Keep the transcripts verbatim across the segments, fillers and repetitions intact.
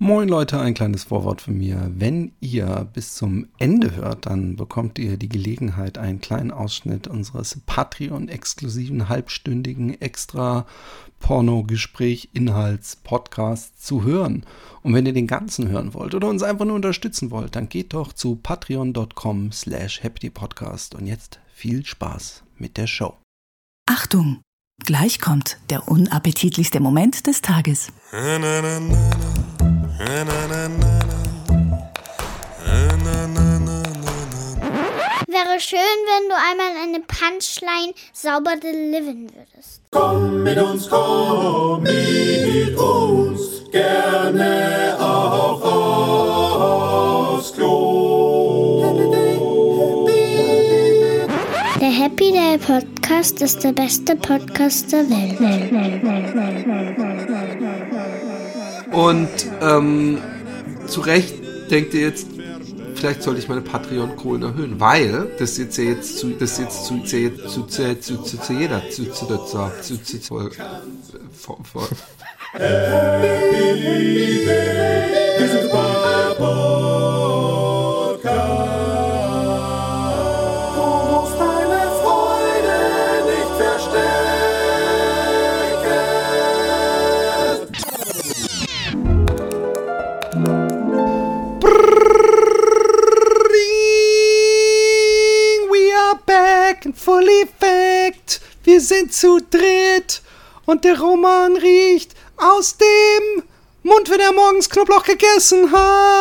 Moin Leute, ein kleines Vorwort von mir. Wenn ihr bis zum Ende hört, dann bekommt ihr die Gelegenheit, einen kleinen Ausschnitt unseres Patreon-exklusiven halbstündigen extra Porno-Gespräch-Inhalts-Podcasts zu hören. Und wenn ihr den ganzen hören wollt oder uns einfach nur unterstützen wollt, dann geht doch zu patreon.com slash happypodcast. Und jetzt viel Spaß mit der Show. Achtung, gleich kommt der unappetitlichste Moment des Tages. Wäre schön, wenn du einmal eine Punchline sauber delivern würdest. Komm mit uns, komm mit uns, gerne auch aufs Klo. Der Happy Day Podcast ist der beste Podcast der Welt. Und ähm, zu Recht denkt ihr jetzt, vielleicht sollte ich meine Patreon-Kohlen erhöhen, weil das jetzt ja jetzt zu das jetzt zu zu zu zu zu zu jeder zu zu zu zu zu zu Full Effect, wir sind zu dritt und der Roman riecht aus dem Mund, wenn er morgens Knoblauch gegessen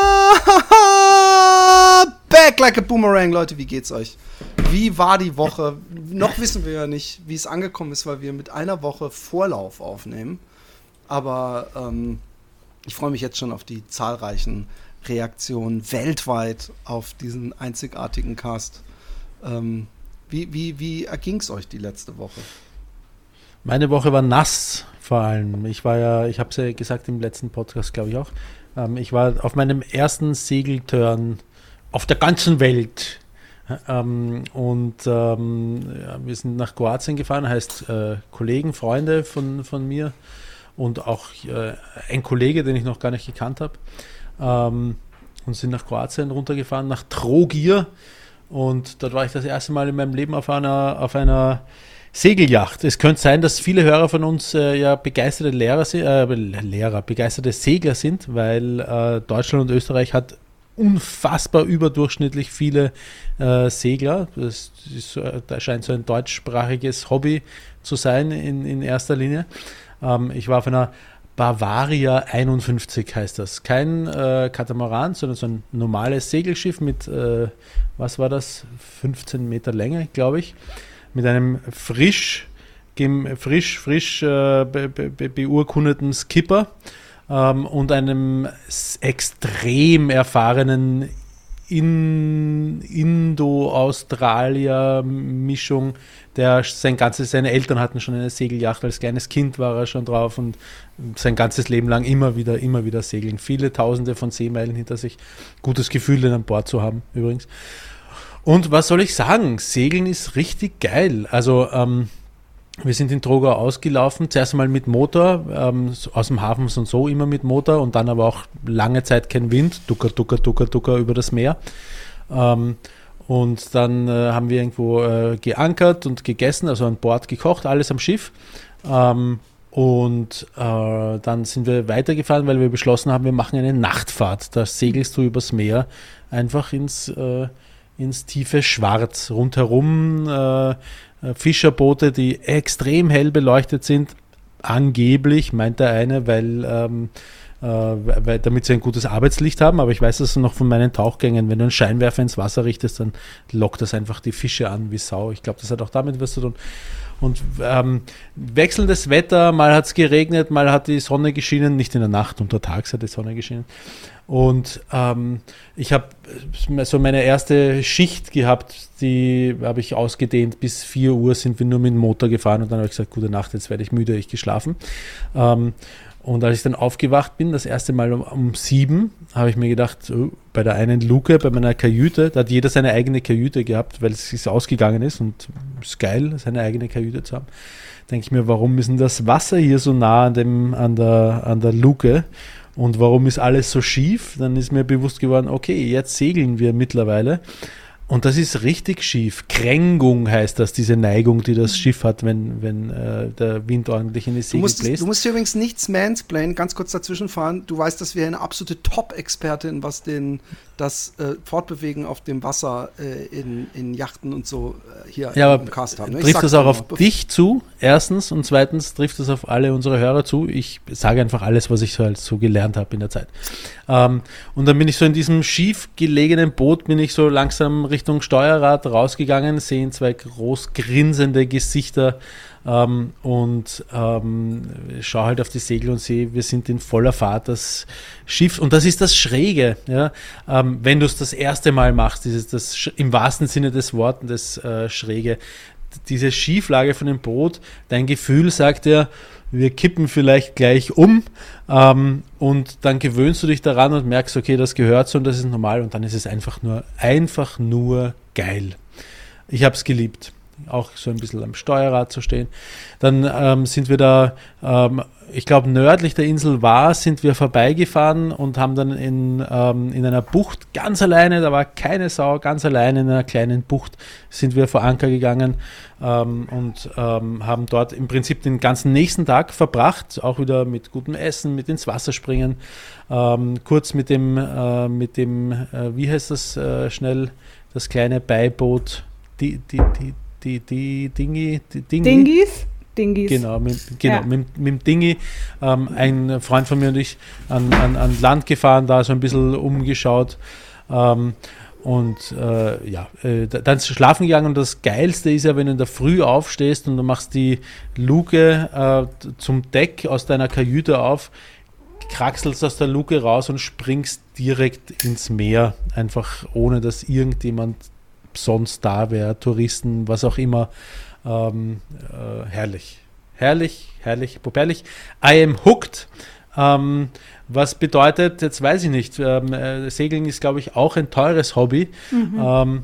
hat. Back like a boomerang, Leute, wie geht's euch? Wie war die Woche? Noch wissen wir ja nicht, wie es angekommen ist, weil wir mit einer Woche Vorlauf aufnehmen. Aber ähm, ich freue mich jetzt schon auf die zahlreichen Reaktionen weltweit auf diesen einzigartigen Cast. Ähm, Wie, wie, wie erging es euch die letzte Woche? Meine Woche war nass vor allem. Ich war ja, ich habe es ja gesagt im letzten Podcast, glaube ich auch. Ähm, ich war auf meinem ersten Segelturn auf der ganzen Welt. Ähm, und ähm, ja, wir sind nach Kroatien gefahren, heißt äh, Kollegen, Freunde von, von mir und auch äh, ein Kollege, den ich noch gar nicht gekannt habe. Ähm, und sind nach Kroatien runtergefahren, nach Trogir. Und dort war ich das erste Mal in meinem Leben auf einer, auf einer Segelyacht. Es könnte sein, dass viele Hörer von uns äh, ja begeisterte Lehrer sind, äh, Lehrer, begeisterte Segler sind, weil äh, Deutschland und Österreich hat unfassbar überdurchschnittlich viele äh, Segler. Das, ist, das scheint so ein deutschsprachiges Hobby zu sein in, in erster Linie. Ähm, ich war auf einer Bavaria einundfünfzig heißt das. Kein äh, Katamaran, sondern so ein normales Segelschiff mit, äh, was war das, fünfzehn Meter Länge, glaube ich, mit einem frisch, frisch, frisch äh, be, be, beurkundeten Skipper ähm, und einem extrem erfahrenen in Indo-Australier-Mischung, der sein ganzes, seine Eltern hatten schon eine Segelyacht, als kleines Kind war er schon drauf und sein ganzes Leben lang immer wieder, immer wieder segeln. Viele Tausende von Seemeilen hinter sich. Gutes Gefühl, den an Bord zu haben, übrigens. Und was soll ich sagen? Segeln ist richtig geil. Also, ähm, wir sind in Trogau ausgelaufen, zuerst einmal mit Motor, ähm, aus dem Hafen und so immer mit Motor und dann aber auch lange Zeit kein Wind, ducker, ducker, ducker, ducker über das Meer. Ähm, und dann äh, haben wir irgendwo äh, geankert und gegessen, also an Bord gekocht, alles am Schiff. Ähm, und äh, dann sind wir weitergefahren, weil wir beschlossen haben, wir machen eine Nachtfahrt. Da segelst du übers Meer einfach ins, äh, ins tiefe Schwarz. Rundherum äh, Fischerboote, die extrem hell beleuchtet sind, angeblich, meint der eine, weil, ähm, äh, weil damit sie ein gutes Arbeitslicht haben, aber ich weiß das noch von meinen Tauchgängen, wenn du einen Scheinwerfer ins Wasser richtest, dann lockt das einfach die Fische an wie Sau. Ich glaube, das hat auch damit was zu tun. Und ähm, wechselndes Wetter, mal hat es geregnet, mal hat die Sonne geschienen, nicht in der Nacht, untertags hat die Sonne geschienen. Und ähm, ich habe so meine erste Schicht gehabt, die habe ich ausgedehnt, bis vier Uhr sind wir nur mit dem Motor gefahren und dann habe ich gesagt, gute Nacht, jetzt werde ich müde, ich geschlafen. Ähm, und als ich dann aufgewacht bin, das erste Mal um, um sieben, habe ich mir gedacht, oh, bei der einen Luke, bei meiner Kajüte, da hat jeder seine eigene Kajüte gehabt, weil es sich ausgegangen ist und es ist geil, seine eigene Kajüte zu haben. Denke ich mir, warum ist denn das Wasser hier so nah an, dem, an, der, an der Luke? und warum ist alles so schief? Dann ist mir bewusst geworden, okay, jetzt segeln wir mittlerweile. Und das ist richtig schief. Kränkung heißt das, diese Neigung, die das Schiff hat, wenn, wenn äh, der Wind ordentlich in die Du Segel musst, bläst. du musst hier übrigens nichts mansplainen, ganz kurz dazwischen fahren. Du weißt, dass wir eine absolute Top-Expertin, was den, das äh, Fortbewegen auf dem Wasser äh, in, in Yachten und so äh, hier Ja, im aber Cast haben. Ne? Ich trifft sag's das auch nur auf noch. dich zu, erstens, und zweitens trifft das auf alle unsere Hörer zu. Ich sage einfach alles, was ich so, halt so gelernt habe in der Zeit. Ähm, und dann bin ich so in diesem schief gelegenen Boot, bin ich so langsam Richtung Steuerrad rausgegangen, sehen zwei groß grinsende Gesichter ähm, und ähm, schaue halt auf die Segel und sehe, wir sind in voller Fahrt, das Schiff, und das ist das Schräge, ja, ähm, wenn du es das erste Mal machst, dieses, das sch- im wahrsten Sinne des Wortes, das äh, Schräge, diese Schieflage von dem Boot, dein Gefühl sagt ja, wir kippen vielleicht gleich um, ähm, und dann gewöhnst du dich daran und merkst, okay, das gehört so und das ist normal, und dann ist es einfach nur, einfach nur geil. Ich habe es geliebt, auch so ein bisschen am Steuerrad zu stehen. Dann ähm, sind wir da, ähm, ich glaube nördlich der Insel war, sind wir vorbeigefahren und haben dann in, ähm, in einer Bucht ganz alleine, da war keine Sau, ganz alleine in einer kleinen Bucht sind wir vor Anker gegangen ähm, und ähm, haben dort im Prinzip den ganzen nächsten Tag verbracht, auch wieder mit gutem Essen, mit ins Wasser springen, ähm, kurz mit dem, äh, mit dem äh, wie heißt das äh, schnell, das kleine Beiboot, die, die, die, die, die Dingi, die Dingi. Dingis? Dingis. Genau, mit, genau Ja. mit, mit dem Dingi. Ähm, ein Freund von mir und ich an, an, an Land gefahren, da so ein bisschen umgeschaut. Ähm, und äh, ja, äh, dann schlafen gegangen. Und das Geilste ist ja, wenn du in der Früh aufstehst und du machst die Luke äh, zum Deck aus deiner Kajüte auf, kraxelst aus der Luke raus und springst direkt ins Meer. Einfach ohne, dass irgendjemand sonst da wäre, Touristen, was auch immer. Ähm, äh, herrlich. Herrlich, herrlich, popperlich. I am hooked. Ähm, was bedeutet, jetzt weiß ich nicht, ähm, äh, Segeln ist, glaube ich, auch ein teures Hobby. Mhm. Ähm,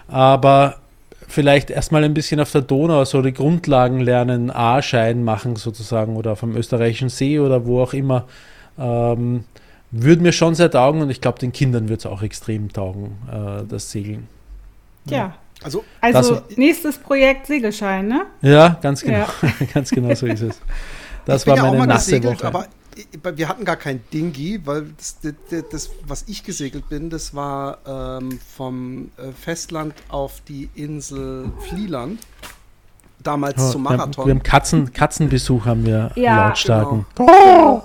aber vielleicht erstmal ein bisschen auf der Donau so die Grundlagen lernen, A-Schein machen sozusagen oder vom österreichischen See oder wo auch immer. Ähm, würde mir schon sehr taugen und ich glaube, den Kindern wird es auch extrem taugen, äh, das Segeln. Ja. Also, Also Das- nächstes Projekt Segelschein, ne? Ja, ganz genau. Ja. Ganz genau so ist es. Das ich bin war ja auch meine mal nasse gesegelt, Woche. aber ich- wir hatten gar kein Dingi, weil das, das, das was ich gesegelt bin, das war ähm, vom äh, Festland auf die Insel Vlieland. Damals Oh, zum wir haben, Marathon. wir haben Katzen, Katzenbesuch haben wir Ja, lautstarken. Genau.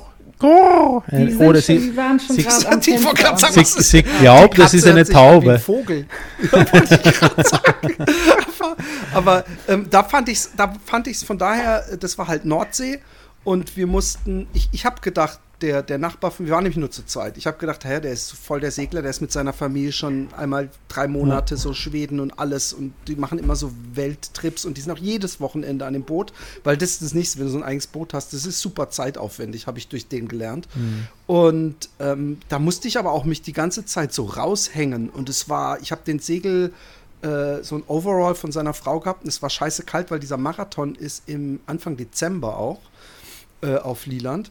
Äh, Die, sind Oder schon, sie, die waren schon sie- gerade am Die wollte Fenster. gerade sagen, sie, was ist- sie glaubt, das Die ist Katze eine hört sich an wie ein Taube. Vogel. Ja, wollte ich gerade sagen. aber aber ähm, da fand ich es da fand ich's von daher, äh, das war halt Nordsee und wir mussten, ich, ich habe gedacht, der, der Nachbar, von, wir waren nämlich nur zu zweit, ich habe gedacht, hey, der ist voll der Segler, der ist mit seiner Familie schon einmal drei Monate so Schweden und alles und die machen immer so Welttrips und die sind auch jedes Wochenende an dem Boot, weil das ist das Nächste, wenn du so ein eigenes Boot hast, das ist super zeitaufwendig, habe ich durch den gelernt. Und ähm, da musste ich aber auch mich die ganze Zeit so raushängen und es war, ich habe den Segel äh, so ein Overall von seiner Frau gehabt und es war scheiße kalt, weil dieser Marathon ist im Anfang Dezember auch äh, auf Vlieland.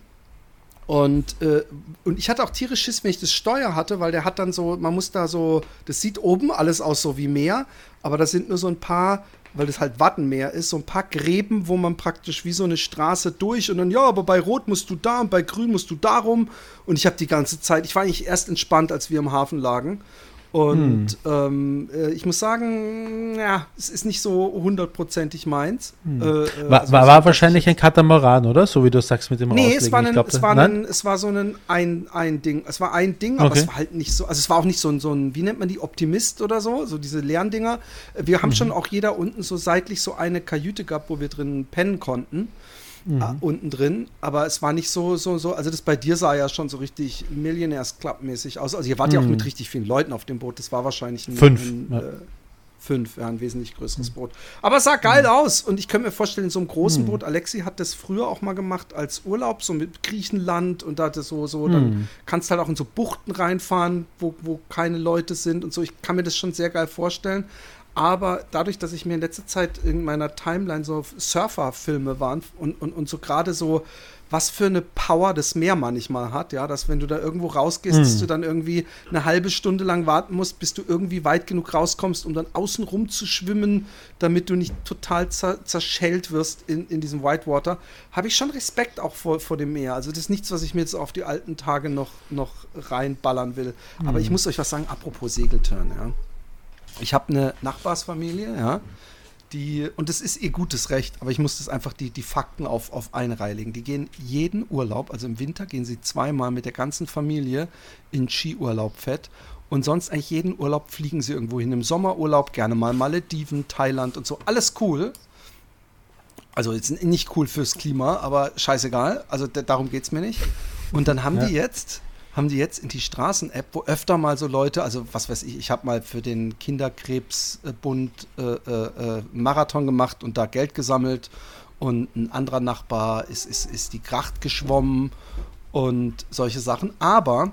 Und, äh, und ich hatte auch tierisch Schiss, wenn ich das Steuer hatte, weil der hat dann so, man muss da so, das sieht oben alles aus so wie Meer, aber das sind nur so ein paar, weil das halt Wattenmeer ist, so ein paar Gräben, wo man praktisch wie so eine Straße durch und dann, ja, aber bei Rot musst du da und bei Grün musst du da rum. Und ich habe die ganze Zeit, ich war eigentlich erst entspannt, als wir im Hafen lagen. Und hm. ähm, äh, ich muss sagen, ja, es ist nicht so hundertprozentig meins. Hm. Äh, War, also war, so, war wahrscheinlich ein Katamaran, oder? So wie du sagst mit dem Nee, Auslegen. es war, Ich ein, glaub, es, war nein? ein, es war so ein, ein, ein Ding. Es war ein Ding, aber Okay. es war halt nicht so, also es war auch nicht so ein, so ein, wie nennt man die, Optimist oder so, so diese leeren Dinger. Wir haben Mhm. schon auch jeder unten so seitlich so eine Kajüte gehabt, wo wir drin pennen konnten. Mhm. Äh, unten drin, aber es war nicht so, so, so, also das bei dir sah ja schon so richtig Millionaires Club mäßig aus. Also ihr wart ja auch Mhm. mit richtig vielen Leuten auf dem Boot, das war wahrscheinlich ein, Fünf, ein, ja. äh, fünf, ja, ein wesentlich größeres Boot. Aber es sah geil aus und ich könnte mir vorstellen, in so einem großen Mhm. Boot, Alexi hat das früher auch mal gemacht als Urlaub, so mit Griechenland und da hatte so, so, dann Mhm. kannst halt auch in so Buchten reinfahren, wo, wo keine Leute sind und so. Ich kann mir das schon sehr geil vorstellen. Aber dadurch, dass ich mir in letzter Zeit in meiner Timeline so Surfer-Filme waren und, und, und so gerade so was für eine Power das Meer manchmal hat, ja, dass wenn du da irgendwo rausgehst, Mhm. dass du dann irgendwie eine halbe Stunde lang warten musst, bis du irgendwie weit genug rauskommst, um dann außen rum zu schwimmen, damit du nicht total zer- zerschellt wirst in, in diesem Whitewater, habe ich schon Respekt auch vor, vor dem Meer. Also das ist nichts, was ich mir jetzt auf die alten Tage noch, noch reinballern will. Mhm. Aber ich muss euch was sagen, apropos Segeltörn, ja. Ich habe eine Nachbarsfamilie, ja, die, und das ist ihr gutes Recht, aber ich muss das einfach die, die Fakten auf, auf eine Reihe legen. Die gehen jeden Urlaub, also im Winter gehen sie zweimal mit der ganzen Familie in Skiurlaub fett und sonst eigentlich jeden Urlaub fliegen sie irgendwo hin. Im Sommerurlaub gerne mal Malediven, Thailand und so. Alles cool. Also jetzt nicht cool fürs Klima, aber scheißegal. Also d- darum geht es mir nicht. Und dann haben Ja. die jetzt... haben die jetzt in die Straßen-App, wo öfter mal so Leute, also was weiß ich, ich habe mal für den Kinderkrebsbund äh, äh, Marathon gemacht und da Geld gesammelt und ein anderer Nachbar ist, ist, ist die Gracht geschwommen und solche Sachen. Aber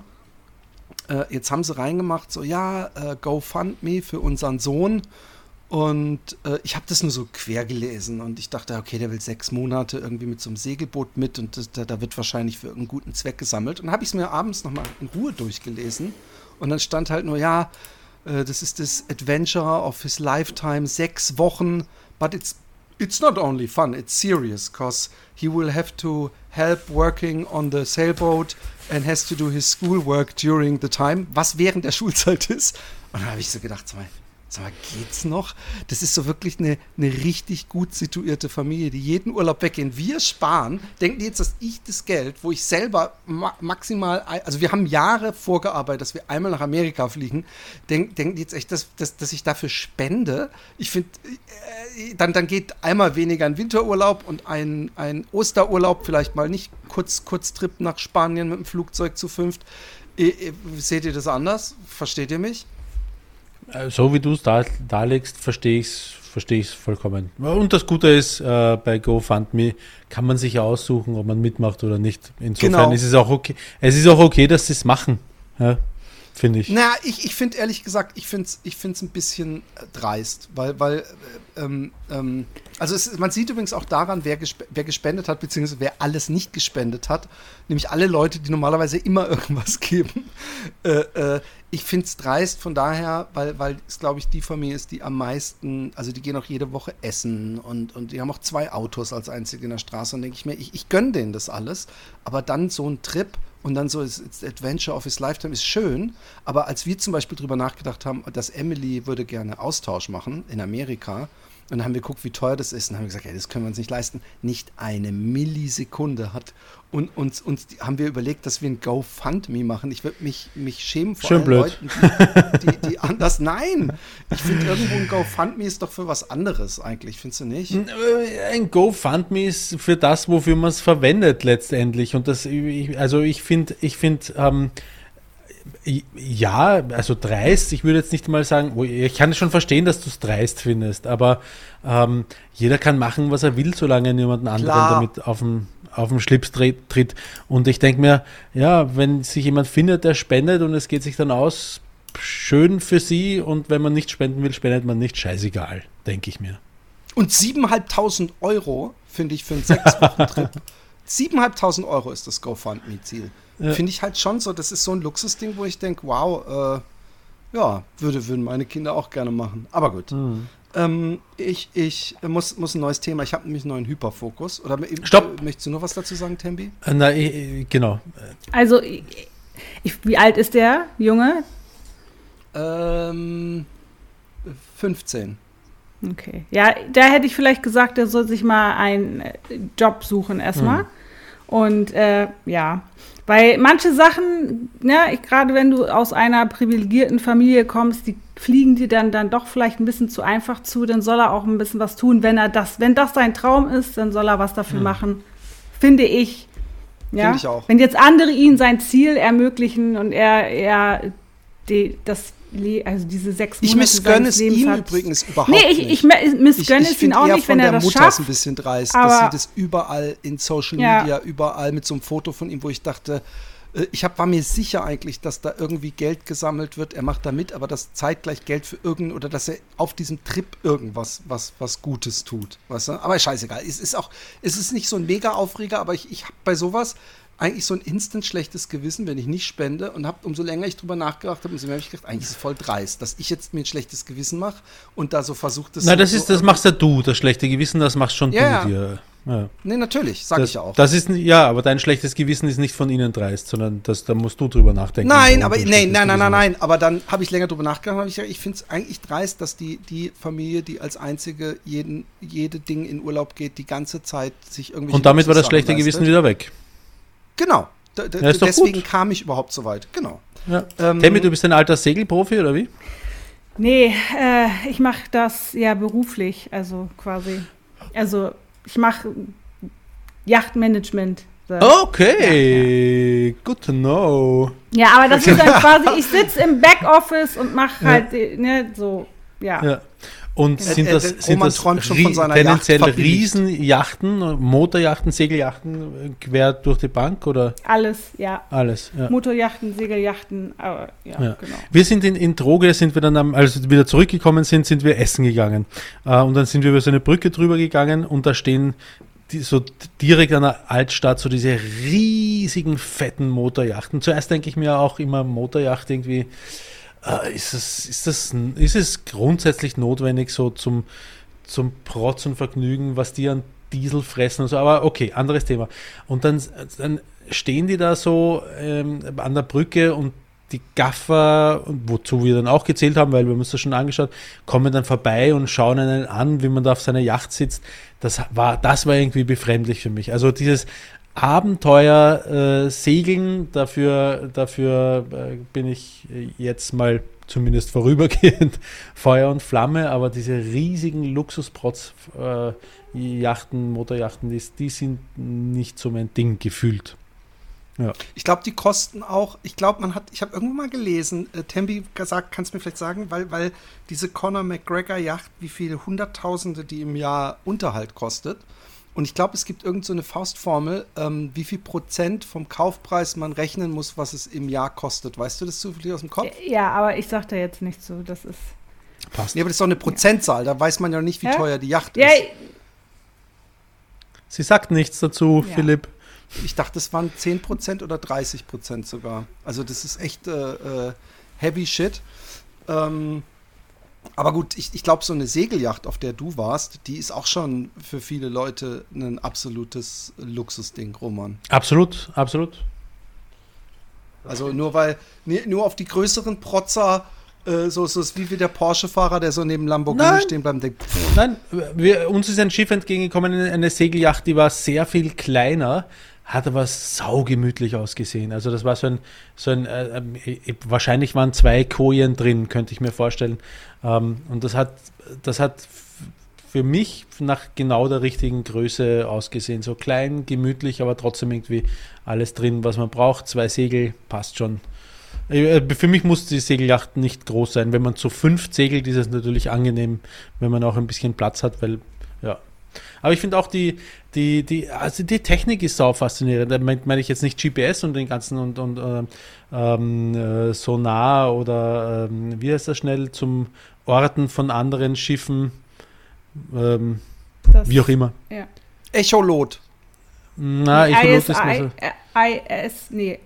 äh, jetzt haben sie reingemacht, so ja, äh, GoFundMe für unseren Sohn. Und äh, ich habe das nur so quer gelesen und ich dachte, okay, der will sechs Monate irgendwie mit so einem Segelboot mit und das, da, da wird wahrscheinlich für irgendeinen guten Zweck gesammelt. Und habe ich es mir abends nochmal in Ruhe durchgelesen und dann stand halt nur, ja, äh, das ist das Adventure of his lifetime, sechs Wochen, but it's, it's not only fun, it's serious, because he will have to help working on the sailboat and has to do his schoolwork during the time, was während der Schulzeit ist. Und dann habe ich so gedacht, sag mal, Sag mal, geht's noch? Das ist so wirklich eine, eine richtig gut situierte Familie, die jeden Urlaub weggehen. Wir sparen. Denken die jetzt, dass ich das Geld, wo ich selber ma- maximal, ein- also wir haben Jahre vorgearbeitet, dass wir einmal nach Amerika fliegen, denk, denken die jetzt echt, dass, dass, dass ich dafür spende? Ich finde, äh, dann, dann geht einmal weniger ein Winterurlaub und ein, ein Osterurlaub, vielleicht mal nicht kurz, Kurztrip nach Spanien mit dem Flugzeug zu fünft. Äh, äh, seht ihr das anders? Versteht ihr mich? So wie du es da, darlegst, verstehe ich es verstehe ich es vollkommen. Und das Gute ist, äh, bei GoFundMe kann man sich aussuchen, ob man mitmacht oder nicht. Insofern Genau. ist es auch okay. Es ist auch okay, dass sie es machen, ja, finde ich. Na, ich, ich finde ehrlich gesagt, ich finde es ich find's ein bisschen äh, dreist, weil, weil äh, ähm, ähm, also es, man sieht übrigens auch daran, wer, gesp- wer gespendet hat, beziehungsweise wer alles nicht gespendet hat, nämlich alle Leute, die normalerweise immer irgendwas geben. Äh, äh, ich finde es dreist von daher, weil, weil es, glaube ich, die Familie ist, die am meisten, also die gehen auch jede Woche essen und, und die haben auch zwei Autos als einzige in der Straße und denke ich mir, ich, ich gönne denen das alles, aber dann so ein Trip und dann so ist it's Adventure of his Lifetime ist schön, aber als wir zum Beispiel drüber nachgedacht haben, dass Emily würde gerne Austausch machen in Amerika und dann haben wir geguckt, wie teuer das ist und haben gesagt, ja, das können wir uns nicht leisten. Nicht eine Millisekunde hat und uns, uns die, haben wir überlegt, dass wir ein GoFundMe machen. Ich würde mich, mich schämen vor Schön allen blöd. Leuten, die, die, die anders, nein, ich finde irgendwo ein GoFundMe ist doch für was anderes eigentlich, findest du nicht? Ein GoFundMe ist für das, wofür man es verwendet letztendlich. Und das, ich- also ich finde, ich finde, ähm, ja, also dreist, ich würde jetzt nicht mal sagen, wo- ich kann schon verstehen, dass du es dreist findest, aber ähm, jeder kann machen, was er will, solange er niemanden anderen Klar. damit auf den, auf den Schlips tritt. tritt. Und ich denke mir, ja, wenn sich jemand findet, der spendet und es geht sich dann aus, schön für sie, und wenn man nicht spenden will, spendet man nicht, scheißegal, denke ich mir. Und siebeneinhalbtausend Euro, finde ich, für einen sechs-Wochen-Trip. siebeneinhalbtausend Euro ist das GoFundMe-Ziel. Ja. Finde ich halt schon so, das ist so ein Luxusding, wo ich denke, wow, äh, ja, würde, würden meine Kinder auch gerne machen. Aber gut. Mhm. Ähm, ich ich muss, muss ein neues Thema, ich habe nämlich einen neuen Hyperfokus. Oder Stopp. Äh, möchtest du noch was dazu sagen, Tembi? Äh, Na, ich, genau. Also, ich, ich, wie alt ist der Junge? Ähm, fünfzehn. Okay. Ja, da hätte ich vielleicht gesagt, er soll sich mal einen äh, Job suchen erstmal. Mhm. Und äh, ja, weil manche Sachen, ja, ich, gerade wenn du aus einer privilegierten Familie kommst, die fliegen dir dann, dann doch vielleicht ein bisschen zu einfach zu, dann soll er auch ein bisschen was tun. Wenn er das, wenn das sein Traum ist, dann soll er was dafür Mhm. machen. Finde ich. Ja? Finde ich auch. Wenn jetzt andere ihm sein Ziel ermöglichen und er, er die, das Le- also diese sechs Monate Ich missgönne seines es Lebens ihm hat. übrigens überhaupt Nee, ich, nicht. ich me- missgönne ich, ich es ihn finde auch eher nicht, von wenn er der das Mutter schafft. ein bisschen dreist, aber- dass sie das überall in Social Ja. Media, überall mit so einem Foto von ihm, wo ich dachte, Äh, ich hab, war mir sicher eigentlich, dass da irgendwie Geld gesammelt wird. Er macht da mit, aber dass zeitgleich Geld für irgend oder dass er auf diesem Trip irgendwas was, was Gutes tut. Weißt du? Aber scheißegal. Es ist auch, es ist nicht so ein Mega-Aufreger, aber ich, ich habe bei sowas eigentlich so ein instant schlechtes Gewissen, wenn ich nicht spende und habe, umso länger ich drüber nachgedacht habe, umso mehr habe ich gedacht, eigentlich ist es voll dreist, dass ich jetzt mir ein schlechtes Gewissen mache und da so versucht, das Nein, so, das ist, so das machst ja du, das schlechte Gewissen, das machst schon Ja, du ja. dir. Ja. Nee, natürlich, sag Das, ich ja auch. das ist, ja, aber dein schlechtes Gewissen ist nicht von ihnen dreist, sondern das, da musst du drüber nachdenken. Nein, warum aber du ein nee, schlechtes nein, nein, nein, Gewissen nein. Aber dann habe ich länger drüber nachgedacht. Hab ich gesagt, ich finde es eigentlich dreist, dass die, die Familie, die als einzige jeden, jede Ding in Urlaub geht, die ganze Zeit sich irgendwie. hast. Und damit war das schlechte Gewissen wieder weg. Genau. D d Ja, ist doch deswegen gut. kam ich überhaupt so weit. Genau. Ja. Ähm, Tammy, du bist ein alter Segelprofi, oder wie? Nee, äh, ich mache das ja beruflich, also quasi. Also ich mache Yachtmanagement. So. Okay, good to know. Ja, aber das ist dann quasi, ich sitze im Backoffice und mache halt, äh, ne, so, ja. Ja. Und Äh, sind äh, das, der sind Roman das träumt schon von rie- seiner tendenziell Yacht verbilligt. Riesenjachten, Motorjachten, Segeljachten äh, quer durch die Bank oder Alles, ja. alles? Ja. Motorjachten, Segeljachten, aber ja, Ja. genau. Wir sind in, in Droge, sind wir dann, am, als wir wieder zurückgekommen sind, sind wir essen gegangen. Äh, und dann sind wir über so eine Brücke drüber gegangen und da stehen die, so direkt an der Altstadt so diese riesigen, fetten Motorjachten. Zuerst denke ich mir auch immer, Motorjacht irgendwie, äh, ist, es, ist, das, ist es grundsätzlich notwendig so zum, zum Protz und Vergnügen, was die an Diesel fressen und so, aber okay, anderes Thema. Und dann, dann stehen die da so ähm, an der Brücke und die Gaffer, wozu wir dann auch gezählt haben, weil wir haben uns das schon angeschaut, kommen dann vorbei und schauen einen an, wie man da auf seiner Yacht sitzt. Das war, das war irgendwie befremdlich für mich. Also dieses Abenteuer äh, Segeln, dafür, dafür äh, bin ich jetzt mal zumindest vorübergehend Feuer und Flamme, aber diese riesigen Luxusprotz äh, Yachten, Motorjachten, die, die sind nicht so mein Ding gefühlt. Ja. Ich glaube, die kosten auch, ich glaube, man hat, ich habe irgendwann mal gelesen, äh, Tembi gesagt, kannst du mir vielleicht sagen, weil, weil diese Conor McGregor Yacht, wie viele Hunderttausende die im Jahr Unterhalt kostet. Und ich glaube, es gibt irgend so eine Faustformel, ähm, wie viel Prozent vom Kaufpreis man rechnen muss, was es im Jahr kostet. Weißt du das zufällig aus dem Kopf? Ja, aber ich sag da jetzt nicht so, das ist. Passt. Nee, aber das ist doch eine Prozentzahl, da weiß man ja nicht, wie Ja? teuer die Yacht Ja, ist. Sie sagt nichts dazu, Ja. Philipp. Ich dachte, es waren zehn Prozent oder dreißig Prozent sogar. Also das ist echt äh, äh, heavy shit. Ähm, aber gut, ich, ich glaube, so eine Segelyacht, auf der du warst, die ist auch schon für viele Leute ein absolutes Luxusding, Roman. Absolut, absolut. Also nur weil, nee, nur auf die größeren Protzer, äh, so, so ist wie wie der Porsche-Fahrer, der so neben Lamborghini Nein. stehen bleibt und denkt, Nein, wir, uns ist ein Schiff entgegengekommen, eine, eine Segelyacht, die war sehr viel kleiner, hat aber saugemütlich ausgesehen. Also das war so ein, so ein äh, äh, wahrscheinlich waren zwei Kojen drin, könnte ich mir vorstellen. Ähm, und das hat, das hat f- für mich nach genau der richtigen Größe ausgesehen. So klein, gemütlich, aber trotzdem irgendwie alles drin, was man braucht. Zwei Segel, passt schon. Äh, Für mich muss die Segelyacht nicht groß sein. Wenn man zu fünf segelt, ist es natürlich angenehm, wenn man auch ein bisschen Platz hat, weil, ja. Aber ich finde auch die, die, die, also die Technik ist sau faszinierend. Da meine mein ich jetzt nicht G P S und den ganzen und, und ähm, ähm, äh, Sonar oder ähm, wie heißt das schnell zum Orten von anderen Schiffen, ähm, das, wie auch immer. Ja. Echolot. Na, ich I S das I, so. I S, nee,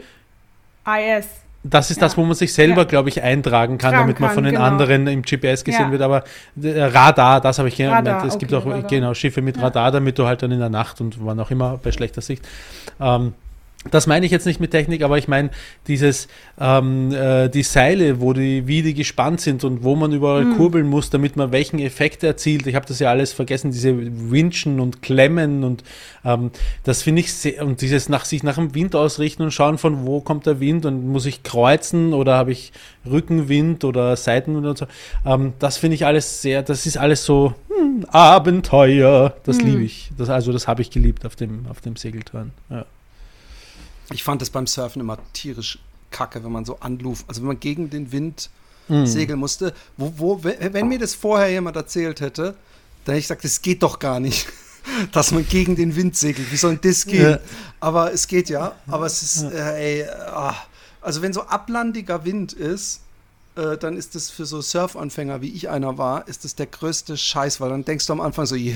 A I S. Das ist Ja. das, wo man sich selber, Ja. glaube ich, eintragen kann, Tragen damit man kann, von den genau. anderen im G P S gesehen Ja. wird. Aber äh, Radar, das habe ich gemeint. Radar, Es gibt okay, auch Radar. genau Schiffe mit Ja. Radar, damit du halt dann in der Nacht und wann auch immer bei schlechter Sicht. Ähm, das meine ich jetzt nicht mit Technik, aber ich meine dieses ähm, äh, die Seile, wo die wie die gespannt sind und wo man überall Mhm. kurbeln muss, damit man welchen Effekt erzielt. Ich habe das ja alles vergessen, diese Winschen und Klemmen und ähm, das finde ich sehr, und dieses nach sich nach dem Wind ausrichten und schauen, von wo kommt der Wind und muss ich kreuzen oder habe ich Rückenwind oder Seitenwind und so. Ähm, das finde ich alles sehr, das ist alles so hm, Abenteuer. Das Mhm. liebe ich. Das, also das habe ich geliebt auf dem, auf dem Segeltörn. Ja. Ich fand das beim Surfen immer tierisch kacke, wenn man so anluf, also wenn man gegen den Wind Mhm. segeln musste. Wo, wo, wenn wenn mir das vorher jemand erzählt hätte, dann hätte ich gesagt, das geht doch gar nicht. dass man gegen den Wind segelt. Wie soll denn das gehen? Ja. Aber es geht ja. Aber es ist, äh, ey, ah. Also wenn so ablandiger Wind ist, äh, dann ist das für so Surfanfänger, wie ich einer war, ist das der größte Scheiß, weil dann denkst du am Anfang so, hey,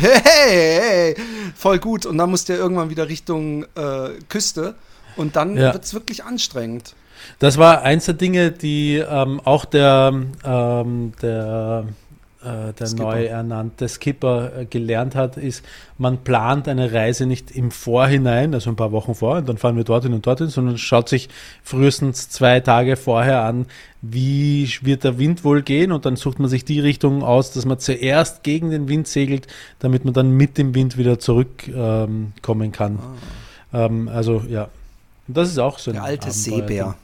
hey, voll gut. Und dann musst du ja irgendwann wieder Richtung äh, Küste und dann Ja. wird es wirklich anstrengend. Das war eins der Dinge, die ähm, auch der, ähm, der, äh, der Skipper. neu ernannte Skipper äh, gelernt hat, ist, man plant eine Reise nicht im Vorhinein, also ein paar Wochen vorher, und dann fahren wir dorthin und dorthin, sondern schaut sich frühestens zwei Tage vorher an, wie wird der Wind wohl gehen, und dann sucht man sich die Richtung aus, dass man zuerst gegen den Wind segelt, damit man dann mit dem Wind wieder zurückkommen ähm, kann. Ah. Ähm, also ja, und das ist auch so ein Der alte Abenteuer-Ding. Seebär.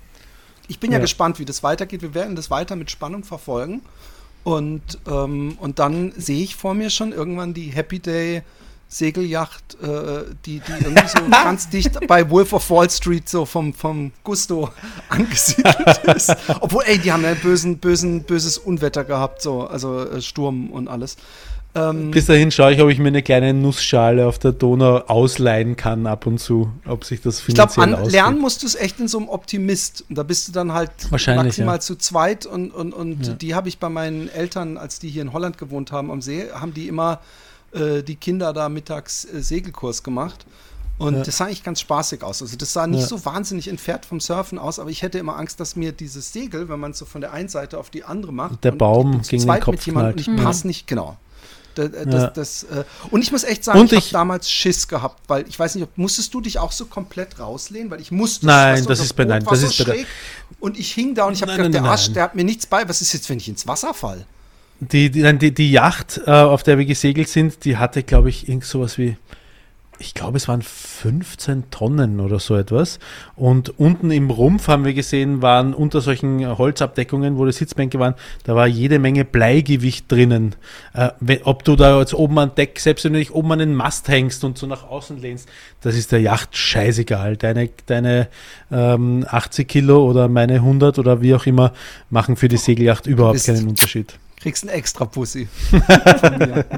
Ich bin ja. Ja. gespannt, wie das weitergeht. Wir werden das weiter mit Spannung verfolgen. Und, ähm, und dann sehe ich vor mir schon irgendwann die Happy Day Segelyacht, äh, die, die irgendwie so ganz dicht bei Wolf of Wall Street so vom, vom Gusto angesiedelt ist. Obwohl, ey, die haben ja bösen, bösen, böses Unwetter gehabt, so, also äh, Sturm und alles. Ähm, Bis dahin schaue ich, ob ich mir eine kleine Nussschale auf der Donau ausleihen kann ab und zu, ob sich das Ich glaube, finanziell ausgeht. lernen musst du es echt in so einem Optimist. Und da bist du dann halt Wahrscheinlich, maximal ja. zu zweit. Und, und, und Ja. die habe ich bei meinen Eltern, als die hier in Holland gewohnt haben am See, haben die immer äh, die Kinder da mittags äh, Segelkurs gemacht. Und Ja. das sah eigentlich ganz spaßig aus. Also das sah nicht Ja. so wahnsinnig entfernt vom Surfen aus, aber ich hätte immer Angst, dass mir dieses Segel, wenn man es so von der einen Seite auf die andere macht, Der und Baum ich bin zu gegen den zweit Kopf mit jemandem und ich knallt. passe nicht, genau. Das, das, Ja. das, äh, und ich muss echt sagen, Und ich, ich- habe damals Schiss gehabt, weil ich weiß nicht, ob, musstest du dich auch so komplett rauslehnen? Weil ich musste. Nein, weißt du, das unser ist bei- Boot nein, war das so ist bei der- schräg und ich hing da und ich habe Nein, gedacht, nein, der Arsch, nein. der hat mir nichts bei. Was ist jetzt, wenn ich ins Wasser fall? Die, die, nein, die, die Yacht, äh, auf der wir gesegelt sind, die hatte, glaube ich, irgend sowas wie, ich glaube, es waren fünfzehn Tonnen oder so etwas. Und unten im Rumpf haben wir gesehen, waren unter solchen Holzabdeckungen, wo die Sitzbänke waren, da war jede Menge Bleigewicht drinnen. Äh, wenn, ob du da jetzt oben an Deck, selbst wenn du dich oben an den Mast hängst und so nach außen lehnst, das ist der Yacht scheißegal. Deine, deine ähm, achtzig Kilo oder meine hundert oder wie auch immer machen für die Segelyacht überhaupt bist- keinen Unterschied. Kriegst einen extra Pussy. Von mir.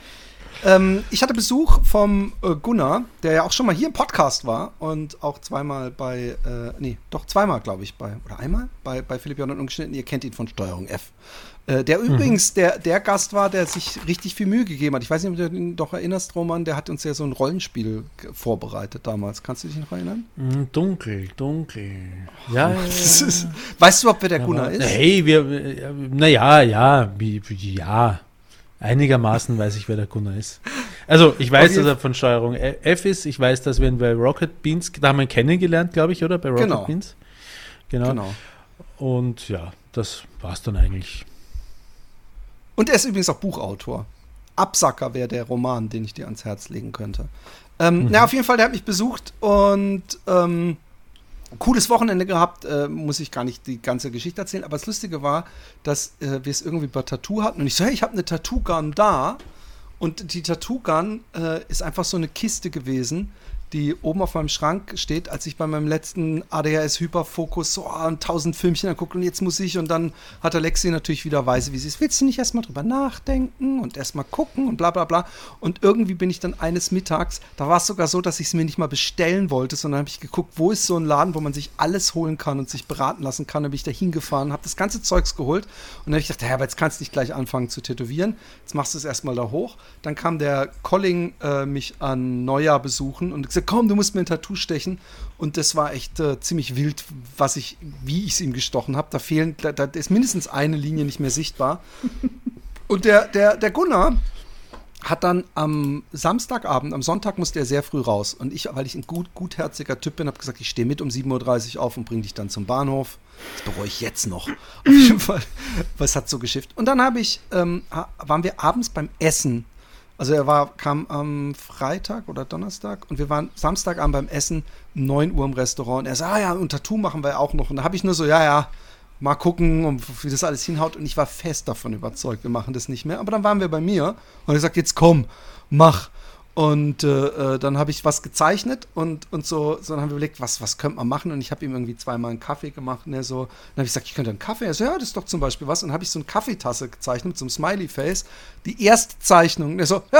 ähm, ich hatte Besuch vom äh, Gunnar, der ja auch schon mal hier im Podcast war und auch zweimal bei, äh, nee, doch zweimal, glaube ich, bei, oder einmal bei, bei Philipp Jordan ungeschnitten. Ihr kennt ihn von Steuerung F. Äh, der übrigens der, der Gast war, der sich richtig viel Mühe gegeben hat. Ich weiß nicht, ob du dich doch erinnerst, Roman, der hat uns ja so ein Rollenspiel g- vorbereitet damals. Kannst du dich noch erinnern? Mm, Dunkel, dunkel. Ja, ja, Das ja. ist, weißt du, ob wer der Gunnar Aber, ist? Hey, wir, naja, ja, wie, wie, ja, einigermaßen weiß ich, wer der Gunnar ist. Also, ich weiß, Auf jeden dass er von Steuerung F ist. Ich weiß, dass wir ihn bei Rocket Beans, da haben wir ihn kennengelernt, glaube ich, oder? Bei Rocket Genau. Beans. Genau. Genau. Und ja, das war's dann eigentlich. Und er ist übrigens auch Buchautor. Absacker wäre der Roman, den ich dir ans Herz legen könnte. Ähm, Mhm. Na, auf jeden Fall, der hat mich besucht und ähm, cooles Wochenende gehabt, äh, muss ich gar nicht die ganze Geschichte erzählen, aber das Lustige war, dass äh, wir es irgendwie bei Tattoo hatten und ich so, hey, ich habe eine Tattoo-Gun da und die Tattoo-Gun äh, ist einfach so eine Kiste gewesen, die oben auf meinem Schrank steht, als ich bei meinem letzten A D H S-Hyperfokus so oh, tausend Filmchen angucke und jetzt muss ich und dann hat Alexi natürlich wieder weise, wie sie ist. Willst du nicht erstmal drüber nachdenken und erstmal gucken und bla bla bla. Und irgendwie bin ich dann eines Mittags, da war es sogar so, dass ich es mir nicht mal bestellen wollte, sondern habe ich geguckt, wo ist so ein Laden, wo man sich alles holen kann und sich beraten lassen kann. Dann bin ich da hingefahren, habe das ganze Zeugs geholt und dann habe ich gedacht, ja, aber jetzt kannst du nicht gleich anfangen zu tätowieren. Jetzt machst du es erstmal da hoch. Dann kam der Colling äh, mich an Neujahr besuchen und gesagt, komm, du musst mir ein Tattoo stechen. Und das war echt äh, ziemlich wild, was ich, wie ich es ihm gestochen habe. Da fehlen, da, da ist mindestens eine Linie nicht mehr sichtbar. Und der, der, der Gunnar hat dann am Samstagabend, am Sonntag musste er sehr früh raus. Und ich, weil ich ein gut, gutherziger Typ bin, habe gesagt, ich stehe mit um sieben Uhr dreißig auf und bringe dich dann zum Bahnhof. Das bereue ich jetzt noch. Auf jeden Fall. Was hat so geschifft. Und dann habe ich, ähm, waren wir abends beim Essen. Also er war, kam am Freitag oder Donnerstag und wir waren Samstagabend beim Essen, um neun Uhr im Restaurant. Und er sagt, ah ja, und Tattoo machen wir auch noch. Und da habe ich nur so, ja, ja, mal gucken, um, wie das alles hinhaut. Und ich war fest davon überzeugt, wir machen das nicht mehr. Aber dann waren wir bei mir und er sagt, jetzt komm, mach. Und äh, dann habe ich was gezeichnet und, und so, so dann haben wir überlegt, was, was könnte man machen? Und ich habe ihm irgendwie zweimal einen Kaffee gemacht. Und er so, dann habe ich gesagt, ich könnte einen Kaffee. Er so, ja, das ist doch zum Beispiel was. Und dann habe ich so eine Kaffeetasse gezeichnet mit so einem Smiley-Face. Die erste Zeichnung. Und er so, ja,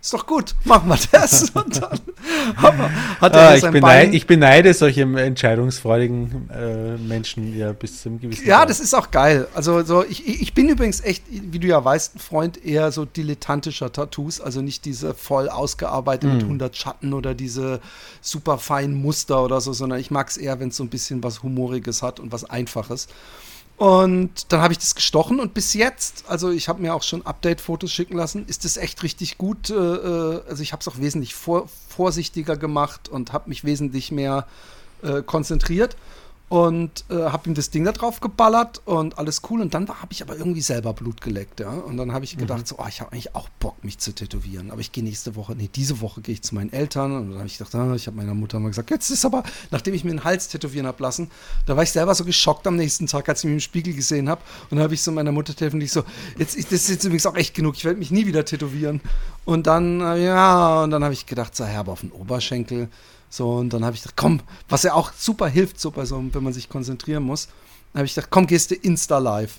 ist doch gut, machen wir das. Und dann hat er ah, hier ich, sein beneide, Bein. ich beneide solche entscheidungsfreudigen äh, Menschen ja bis zum gewissen Ja, Grad. das ist auch geil. Also so, ich, ich bin übrigens echt, wie du ja weißt, ein Freund eher so dilettantischer Tattoos, also nicht diese voll ausgearbeitet Mhm. mit hundert Schatten oder diese super feinen Muster oder so, sondern ich mag es eher, wenn es so ein bisschen was Humoriges hat und was Einfaches. Und dann habe ich das gestochen und bis jetzt, also ich habe mir auch schon Update-Fotos schicken lassen, ist das echt richtig gut. Äh, also ich habe es auch wesentlich vor, vorsichtiger gemacht und habe mich wesentlich mehr äh, konzentriert und äh, habe ihm das Ding da drauf geballert und alles cool. Und dann habe ich aber irgendwie selber Blut geleckt, ja. Und dann habe ich gedacht, mhm. so, oh, ich habe eigentlich auch Bock, mich zu tätowieren. Aber ich gehe nächste Woche, nee, diese Woche gehe ich zu meinen Eltern. Und dann habe ich gedacht, ah, ich habe meiner Mutter mal gesagt, jetzt ist aber, nachdem ich mir den Hals tätowieren habe lassen, da war ich selber so geschockt am nächsten Tag, als ich mich im Spiegel gesehen habe. Und dann habe ich so meiner Mutter telefoniert, so, jetzt, das ist jetzt übrigens auch echt genug, ich werde mich nie wieder tätowieren. Und dann, äh, ja, und dann habe ich gedacht, so, ja, aber auf den Oberschenkel. So, und dann habe ich gedacht, komm, was ja auch super hilft, so bei so, wenn man sich konzentrieren muss, dann habe ich gedacht, komm, gehst du Insta live.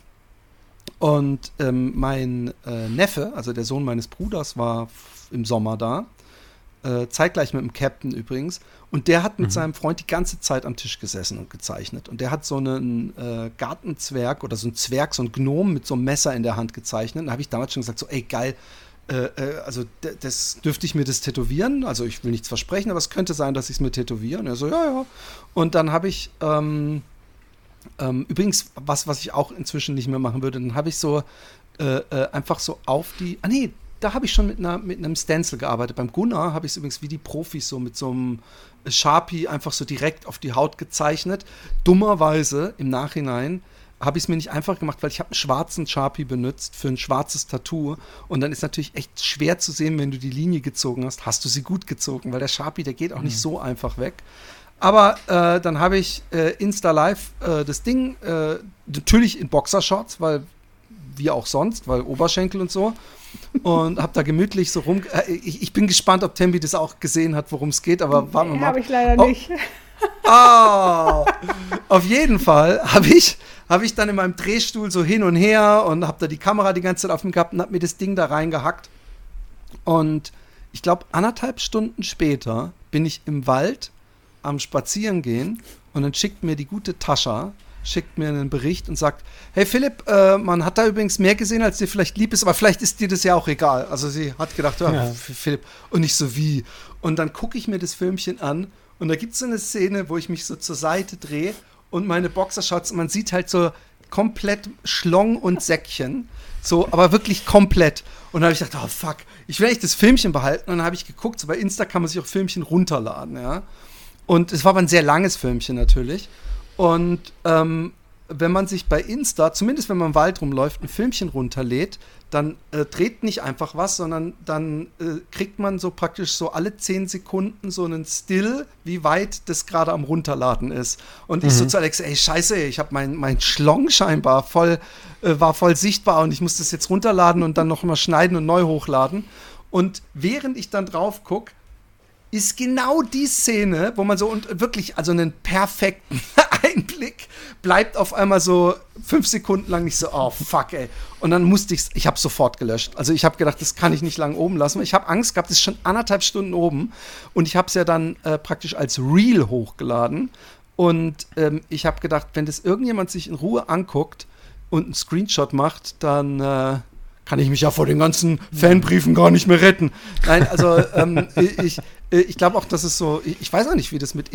Und ähm, mein äh, Neffe, also der Sohn meines Bruders, war f- im Sommer da, äh, zeitgleich mit dem Captain übrigens, und der hat mit mhm. seinem Freund die ganze Zeit am Tisch gesessen und gezeichnet. Und der hat so einen äh, Gartenzwerg oder so einen Zwerg, so einen Gnom mit so einem Messer in der Hand gezeichnet. Und da habe ich damals schon gesagt, so, ey, geil, Äh, äh, also d- das dürfte ich mir das tätowieren, also ich will nichts versprechen, aber es könnte sein, dass ich es mir tätowiere. Und er so, ja, ja. Und dann habe ich, ähm, ähm, übrigens, was, was ich auch inzwischen nicht mehr machen würde, dann habe ich so äh, äh, einfach so auf die, ah nee, da habe ich schon mit, einer, mit einem Stencil gearbeitet. Beim Gunnar habe ich es übrigens wie die Profis so mit so einem Sharpie einfach so direkt auf die Haut gezeichnet. Dummerweise im Nachhinein habe ich es mir nicht einfach gemacht, weil ich habe einen schwarzen Sharpie benutzt für ein schwarzes Tattoo und dann ist natürlich echt schwer zu sehen, wenn du die Linie gezogen hast, hast du sie gut gezogen, weil der Sharpie, der geht auch nicht so einfach weg. Aber äh, dann habe ich äh, Insta Live äh, das Ding, äh, natürlich in Boxershorts, weil wie auch sonst, weil Oberschenkel und so, und habe da gemütlich so rum, äh, ich, ich bin gespannt, ob Tembi das auch gesehen hat, worum es geht, aber warten wir Nee, mal. habe ich leider Oh. nicht. Oh, auf jeden Fall habe ich, hab ich dann in meinem Drehstuhl so hin und her und habe da die Kamera die ganze Zeit auf dem gehabt und habe mir das Ding da reingehackt. Und ich glaube, anderthalb Stunden später bin ich im Wald am Spazierengehen und dann schickt mir die gute Tascha, schickt mir einen Bericht und sagt, hey Philipp, äh, man hat da übrigens mehr gesehen, als dir vielleicht lieb ist, aber vielleicht ist dir das ja auch egal. Also sie hat gedacht, ja, Ja. Philipp, und nicht so wie. Und dann gucke ich mir das Filmchen an und da gibt es so eine Szene, wo ich mich so zur Seite drehe und meine Boxershorts, man sieht halt so komplett Schlong und Säckchen, so, aber wirklich komplett. Und dann habe ich gedacht, oh fuck, ich will echt das Filmchen behalten. Und dann habe ich geguckt, so bei Insta kann man sich auch Filmchen runterladen, ja. Und es war aber ein sehr langes Filmchen natürlich. Und ähm, wenn man sich bei Insta, zumindest wenn man im Wald rumläuft, ein Filmchen runterlädt, dann äh, dreht nicht einfach was, sondern dann äh, kriegt man so praktisch so alle zehn Sekunden so einen Still, wie weit das gerade am Runterladen ist. Und ich Mhm. so zu Alex, ey, scheiße, ey, ich habe mein, mein Schlong scheinbar voll, äh, war voll sichtbar und ich muss das jetzt runterladen und dann noch mal schneiden und neu hochladen. Und während ich dann drauf gucke, ist genau die Szene, wo man so und wirklich, also einen perfekten Einblick, bleibt auf einmal so fünf Sekunden lang nicht so, oh fuck, ey. Und dann musste ich's, ich habe sofort gelöscht. Also ich habe gedacht, das kann ich nicht lang oben lassen. Ich habe Angst gehabt, das ist schon anderthalb Stunden oben. Und ich habe es ja dann äh, praktisch als Reel hochgeladen. Und ähm, ich habe gedacht, wenn das irgendjemand sich in Ruhe anguckt und einen Screenshot macht, dann äh, kann ich mich ja vor den ganzen Fanbriefen gar nicht mehr retten. Nein, also ähm, ich, ich glaube auch, dass es so, ich weiß auch nicht, wie das mit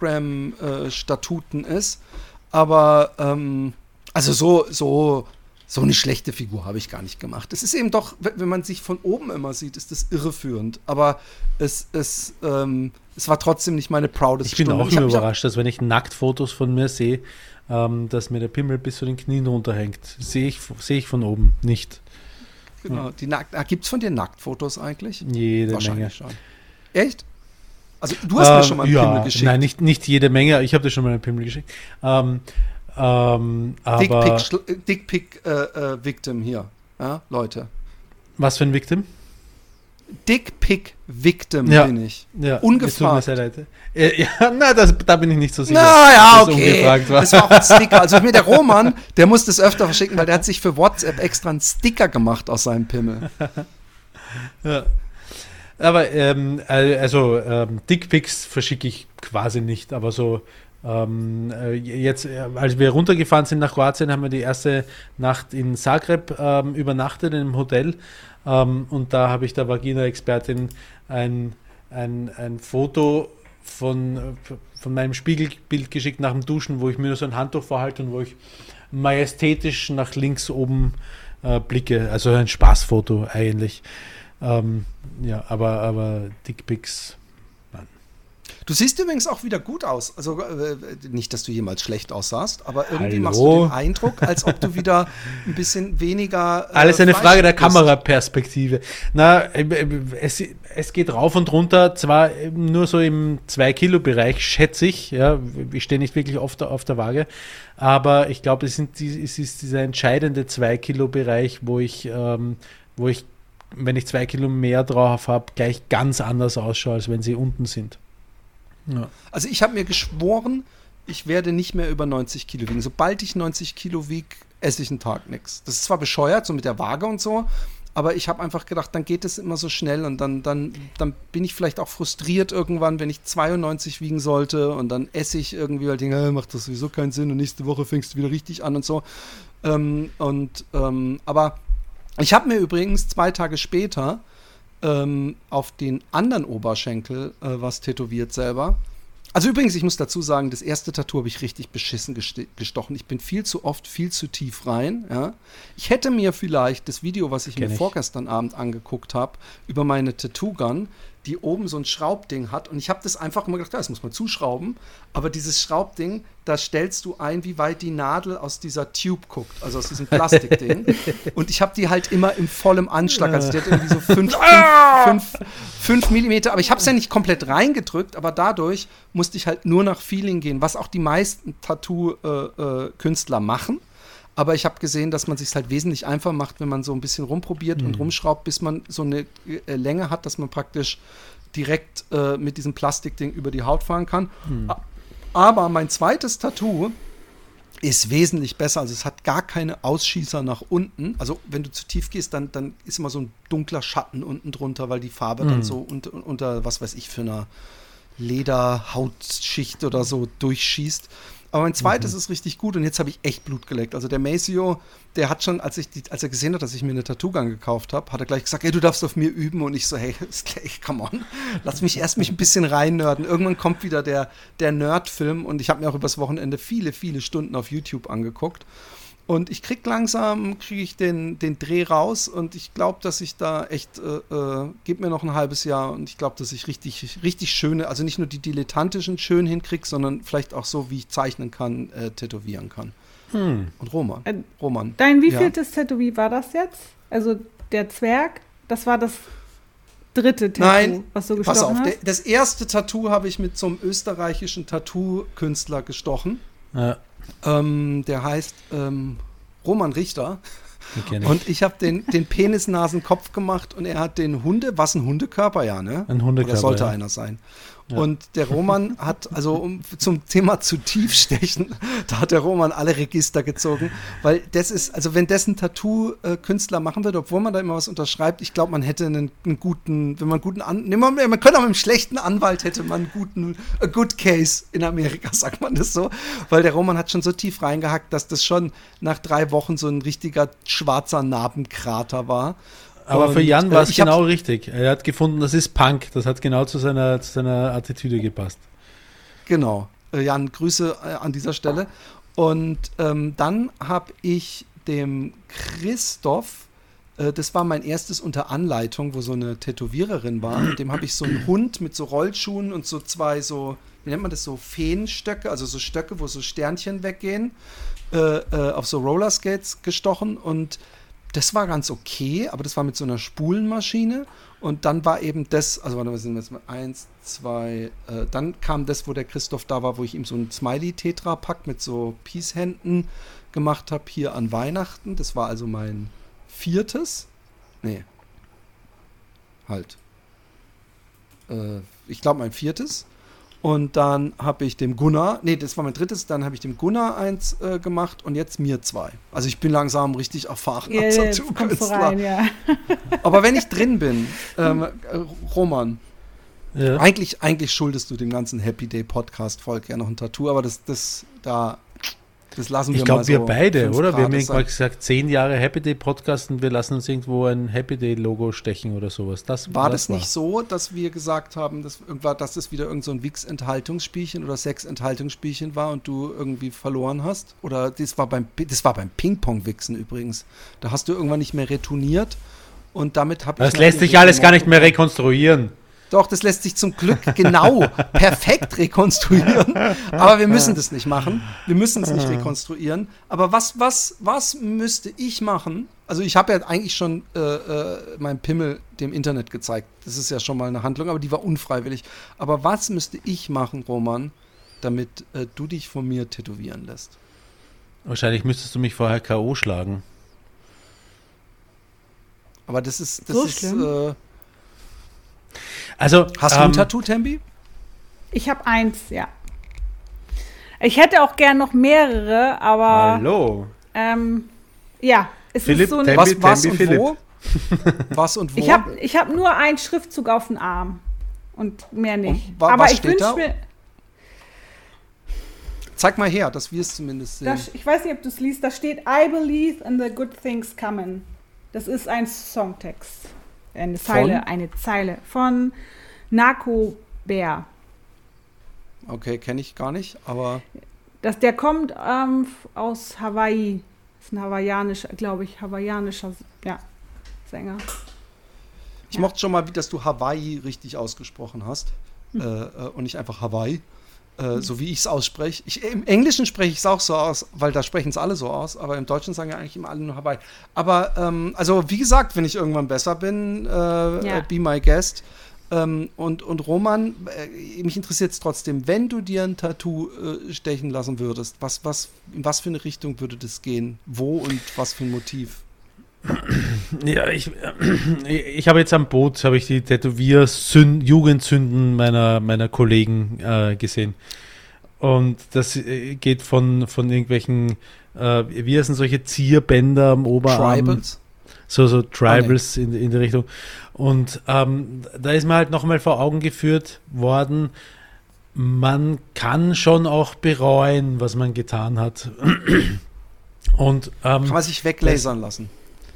Instagram-Statuten äh, ist, aber ähm, also so, so, so eine schlechte Figur habe ich gar nicht gemacht. Es ist eben doch, wenn man sich von oben immer sieht, ist das irreführend, aber es, es, ähm, es war trotzdem nicht meine proudest Ich bin Stunde. auch Ich immer hab mich überrascht, dass wenn ich Nacktfotos von mir sehe, ähm, dass mir der Pimmel bis zu den Knien runterhängt. Sehe ich, sehe ich von oben nicht. Genau, die Nackt, ah, gibt's von dir Nacktfotos eigentlich? Jede Wahrscheinlich Menge. schon. Echt? Also du hast mir schon mal einen Ähm, ja, Pimmel geschickt. Nein, nicht, nicht jede Menge. Ich habe dir schon mal einen Pimmel geschickt. Ähm, ähm, aber Dickpick, Schl- äh, Dickpick äh, äh, Victim hier. Ja, Leute. was für ein Victim? Dickpick Victim Ja. bin ich. Ja, Ungefragt. es tut mir sehr leid. Äh, ja, na, das, da bin ich nicht so sicher. Na ja, dass es okay. ungefragt war. Das war auch ein Sticker. Also mir der Roman, der muss das öfter verschicken, weil der hat sich für WhatsApp extra einen Sticker gemacht aus seinem Pimmel. Ja. Aber ähm, äh, also ähm, Dickpics verschicke ich quasi nicht, aber so ähm, äh, jetzt, äh, als wir runtergefahren sind nach Kroatien, haben wir die erste Nacht in Zagreb ähm, übernachtet in einem Hotel ähm, und da habe ich der Vagina-Expertin ein, ein, ein Foto von, von meinem Spiegelbild geschickt nach dem Duschen, wo ich mir nur so ein Handtuch vorhalte und wo ich majestätisch nach links oben äh, blicke. Also ein Spaßfoto eigentlich. Ähm, ja, aber, aber Dickpics, nein. Du siehst übrigens auch wieder gut aus. Also äh, nicht, dass du jemals schlecht aussahst, aber irgendwie Hallo? machst du den Eindruck, als ob du wieder ein bisschen weniger. Äh, Alles eine Frage der bist. Kameraperspektive. Na, äh, es, es geht rauf und runter, zwar nur so im zwei Kilo Bereich, schätze ich. Ja, ich stehe nicht wirklich oft auf der Waage, aber ich glaube, es, sind die, es ist dieser entscheidende zwei Kilo Bereich, wo ich, ähm, wo ich, wenn ich zwei Kilo mehr drauf habe, gleich ganz anders ausschaue, als wenn sie unten sind. Ja. Also ich habe mir geschworen, ich werde nicht mehr über neunzig Kilo wiegen. Sobald ich neunzig Kilo wiege, esse ich einen Tag nichts. Das ist zwar bescheuert, so mit der Waage und so, aber ich habe einfach gedacht, dann geht es immer so schnell und dann, dann, dann bin ich vielleicht auch frustriert irgendwann, wenn ich zweiundneunzig wiegen sollte und dann esse ich irgendwie, weil ich denke, äh, macht das sowieso keinen Sinn und nächste Woche fängst du wieder richtig an und so. Ähm, und ähm, aber ich habe mir übrigens zwei Tage später ähm, auf den anderen Oberschenkel äh, was tätowiert selber. Also übrigens, ich muss dazu sagen, das erste Tattoo habe ich richtig beschissen geste- gestochen. Ich bin viel zu oft, viel zu tief rein. Ja. Ich hätte mir vielleicht das Video, was ich Kenn mir ich. vorgestern Abend angeguckt habe, über meine Tattoo-Gun, die oben so ein Schraubding hat. Und ich habe das einfach immer gedacht, ja, das muss man zuschrauben. Aber dieses Schraubding, da stellst du ein, wie weit die Nadel aus dieser Tube guckt, also aus diesem Plastikding. Und ich habe die halt immer im vollen Anschlag. Also die hat irgendwie so fünf, fünf, fünf, fünf Millimeter. Aber ich habe es ja nicht komplett reingedrückt, aber dadurch musste ich halt nur nach Feeling gehen, was auch die meisten Tattoo-Künstler äh, äh, machen. Aber ich habe gesehen, dass man es sich halt wesentlich einfacher macht, wenn man so ein bisschen rumprobiert mhm. und rumschraubt, bis man so eine äh, Länge hat, dass man praktisch direkt äh, mit diesem Plastikding über die Haut fahren kann. Mhm. Aber mein zweites Tattoo ist wesentlich besser. Also es hat gar keine Ausschießer nach unten. Also wenn du zu tief gehst, dann, dann ist immer so ein dunkler Schatten unten drunter, weil die Farbe mhm. dann so unter, unter, was weiß ich, für eine Lederhautschicht oder so durchschießt. Aber mein zweites mhm. ist richtig gut und jetzt habe ich echt Blut geleckt. Also der Maceo, der hat schon, als, ich die, als er gesehen hat, dass ich mir eine Tattoo-Gun gekauft habe, hat er gleich gesagt, hey, du darfst auf mir üben. Und ich so, hey, come on, lass mich erst mich ein bisschen reinnörden. Irgendwann kommt wieder der, der Nerd-Film und ich habe mir auch übers Wochenende viele, viele Stunden auf YouTube angeguckt. Und ich krieg langsam, kriege ich den, den Dreh raus und ich glaube, dass ich da echt, äh, äh, gib mir noch ein halbes Jahr und ich glaube, dass ich richtig, richtig schöne, also nicht nur die dilettantischen schön hinkriege, sondern vielleicht auch so, wie ich zeichnen kann, äh, tätowieren kann. Hm. Und Roman, äh, Roman. Dein wievieltes ja. Tattoo war das jetzt? Also der Zwerg, das war das dritte Tattoo, Nein, was du gestochen pass auf, hast? Der, das erste Tattoo habe ich mit so einem österreichischen Tattoo-Künstler gestochen. Ja. Ähm, der heißt ähm, Roman Richter. Ich. Und ich habe den, den Penis-Nasen-Kopf gemacht und er hat den Hunde, was ein Hundekörper, ja, ne? Ein Hundekörper, Oder sollte ja. einer sein. Ja. Und der Roman hat, also um, zum Thema zu tief stechen, da hat der Roman alle Register gezogen, weil das ist, also wenn das ein Tattoo-Künstler machen würde, obwohl man da immer was unterschreibt, ich glaube, man hätte einen, einen guten, wenn man einen guten, An- man, man könnte auch mit einem schlechten Anwalt hätte man einen guten, a good case in Amerika, sagt man das so, weil der Roman hat schon so tief reingehackt, dass das schon nach drei Wochen so ein richtiger schwarzer Narbenkrater war. Aber und, für Jan war es äh, genau richtig. Er hat gefunden, das ist Punk. Das hat genau zu seiner, zu seiner Attitüde gepasst. Genau. Äh, Jan, Grüße äh, an dieser Stelle. Und ähm, dann habe ich dem Christoph, äh, das war mein erstes unter Anleitung, wo so eine Tätowiererin war, mit dem habe ich so einen Hund mit so Rollschuhen und so zwei so, wie nennt man das, so Feenstöcke, also so Stöcke, wo so Sternchen weggehen, äh, äh, auf so Rollerskates gestochen und das war ganz okay, aber das war mit so einer Spulenmaschine und dann war eben das, also warte mal, sind wir jetzt mal eins, zwei, äh, dann kam das, wo der Christoph da war, wo ich ihm so einen Smiley-Tetra-Pack mit so Peace-Händen gemacht habe, hier an Weihnachten. Das war also mein viertes. Nee. Halt. Äh, ich glaube mein viertes. Und dann habe ich dem Gunnar, nee, das war mein drittes, dann habe ich dem Gunnar eins äh, gemacht und jetzt mir zwei. Also ich bin langsam richtig erfahren Ja, als jetzt kommst du Tattoo-Künstler. rein, ja. Aber wenn ich drin bin, ähm, äh, Roman, Ja. eigentlich, eigentlich schuldest du dem ganzen Happy Day Podcast Volk ja noch ein Tattoo, aber das, das, da, das lassen wir Ich mal glaube, so. wir beide, fünf oder? Wir haben Grad irgendwann sein. gesagt, zehn Jahre Happy Day Podcast und wir lassen uns irgendwo ein Happy Day Logo stechen oder sowas. Das War das nicht so, dass wir gesagt haben, dass, irgendwann, dass das wieder irgend so ein Wix-Enthaltungsspielchen oder Sex-Enthaltungsspielchen war und du irgendwie verloren hast? Oder das war beim, das war beim Ping-Pong-Wichsen übrigens. Da hast du irgendwann nicht mehr retourniert und damit habe ich... Das lässt sich alles gar nicht mehr rekonstruieren. Doch, das lässt sich zum Glück genau perfekt rekonstruieren. Aber wir müssen das nicht machen. Wir müssen es nicht rekonstruieren. Aber was, was, was müsste ich machen? Also ich habe ja eigentlich schon äh, äh, meinen Pimmel dem Internet gezeigt. Das ist ja schon mal eine Handlung, aber die war unfreiwillig. Aber was müsste ich machen, Roman, damit äh, du dich von mir tätowieren lässt? Wahrscheinlich müsstest du mich vorher K O schlagen. Aber das ist... Das So ist schlimm? äh, Also, hast du ähm, ein Tattoo, Tembi? Ich habe eins, ja. Ich hätte auch gern noch mehrere, aber Hallo. ähm, ja, es Philipp, ist so eine. Tembi, Was, was Tembi, und Philipp. wo? Was und wo? Ich habe ich hab nur einen Schriftzug auf den Arm und mehr nicht. Und wa- aber was ich steht da? wünsche mir, Zeig mal her, dass wir es zumindest sehen. da, ich weiß nicht, ob du es liest, da steht I believe in the good things coming. Das ist ein Songtext. Eine Zeile, Von? eine Zeile von Narco Bear. Okay, kenne ich gar nicht, aber Das, der kommt ähm, aus Hawaii. Das ist ein hawaiianischer, glaube ich, hawaiianischer ja, Sänger. ich mochte schon mal, wie dass du Hawaii richtig ausgesprochen hast äh, äh, und nicht einfach Hawaii, äh, so wie ich es ausspreche. Ich, Im Englischen spreche ich es auch so aus, weil da sprechen es alle so aus, aber im Deutschen sagen ja eigentlich immer alle nur Hawaii. Aber ähm, also wie gesagt, wenn ich irgendwann besser bin, äh, Ja. äh, be my guest. Ähm, und, und Roman, äh, mich interessiert es trotzdem, wenn du dir ein Tattoo äh, stechen lassen würdest, was, was, in was für eine Richtung würde das gehen? Wo und was für ein Motiv? Ja, ich, ich habe jetzt am Boot, habe ich die Tätowier-Jugendsünden meiner, meiner Kollegen äh, gesehen. Und das äh, geht von, von irgendwelchen, äh, wie heißen solche Zierbänder am Oberarm? Tribals? So, so Tribals in, in die Richtung. Und ähm, da ist mir halt nochmal vor Augen geführt worden, man kann schon auch bereuen, was man getan hat. Und ähm, Kann man sich weglasern lassen?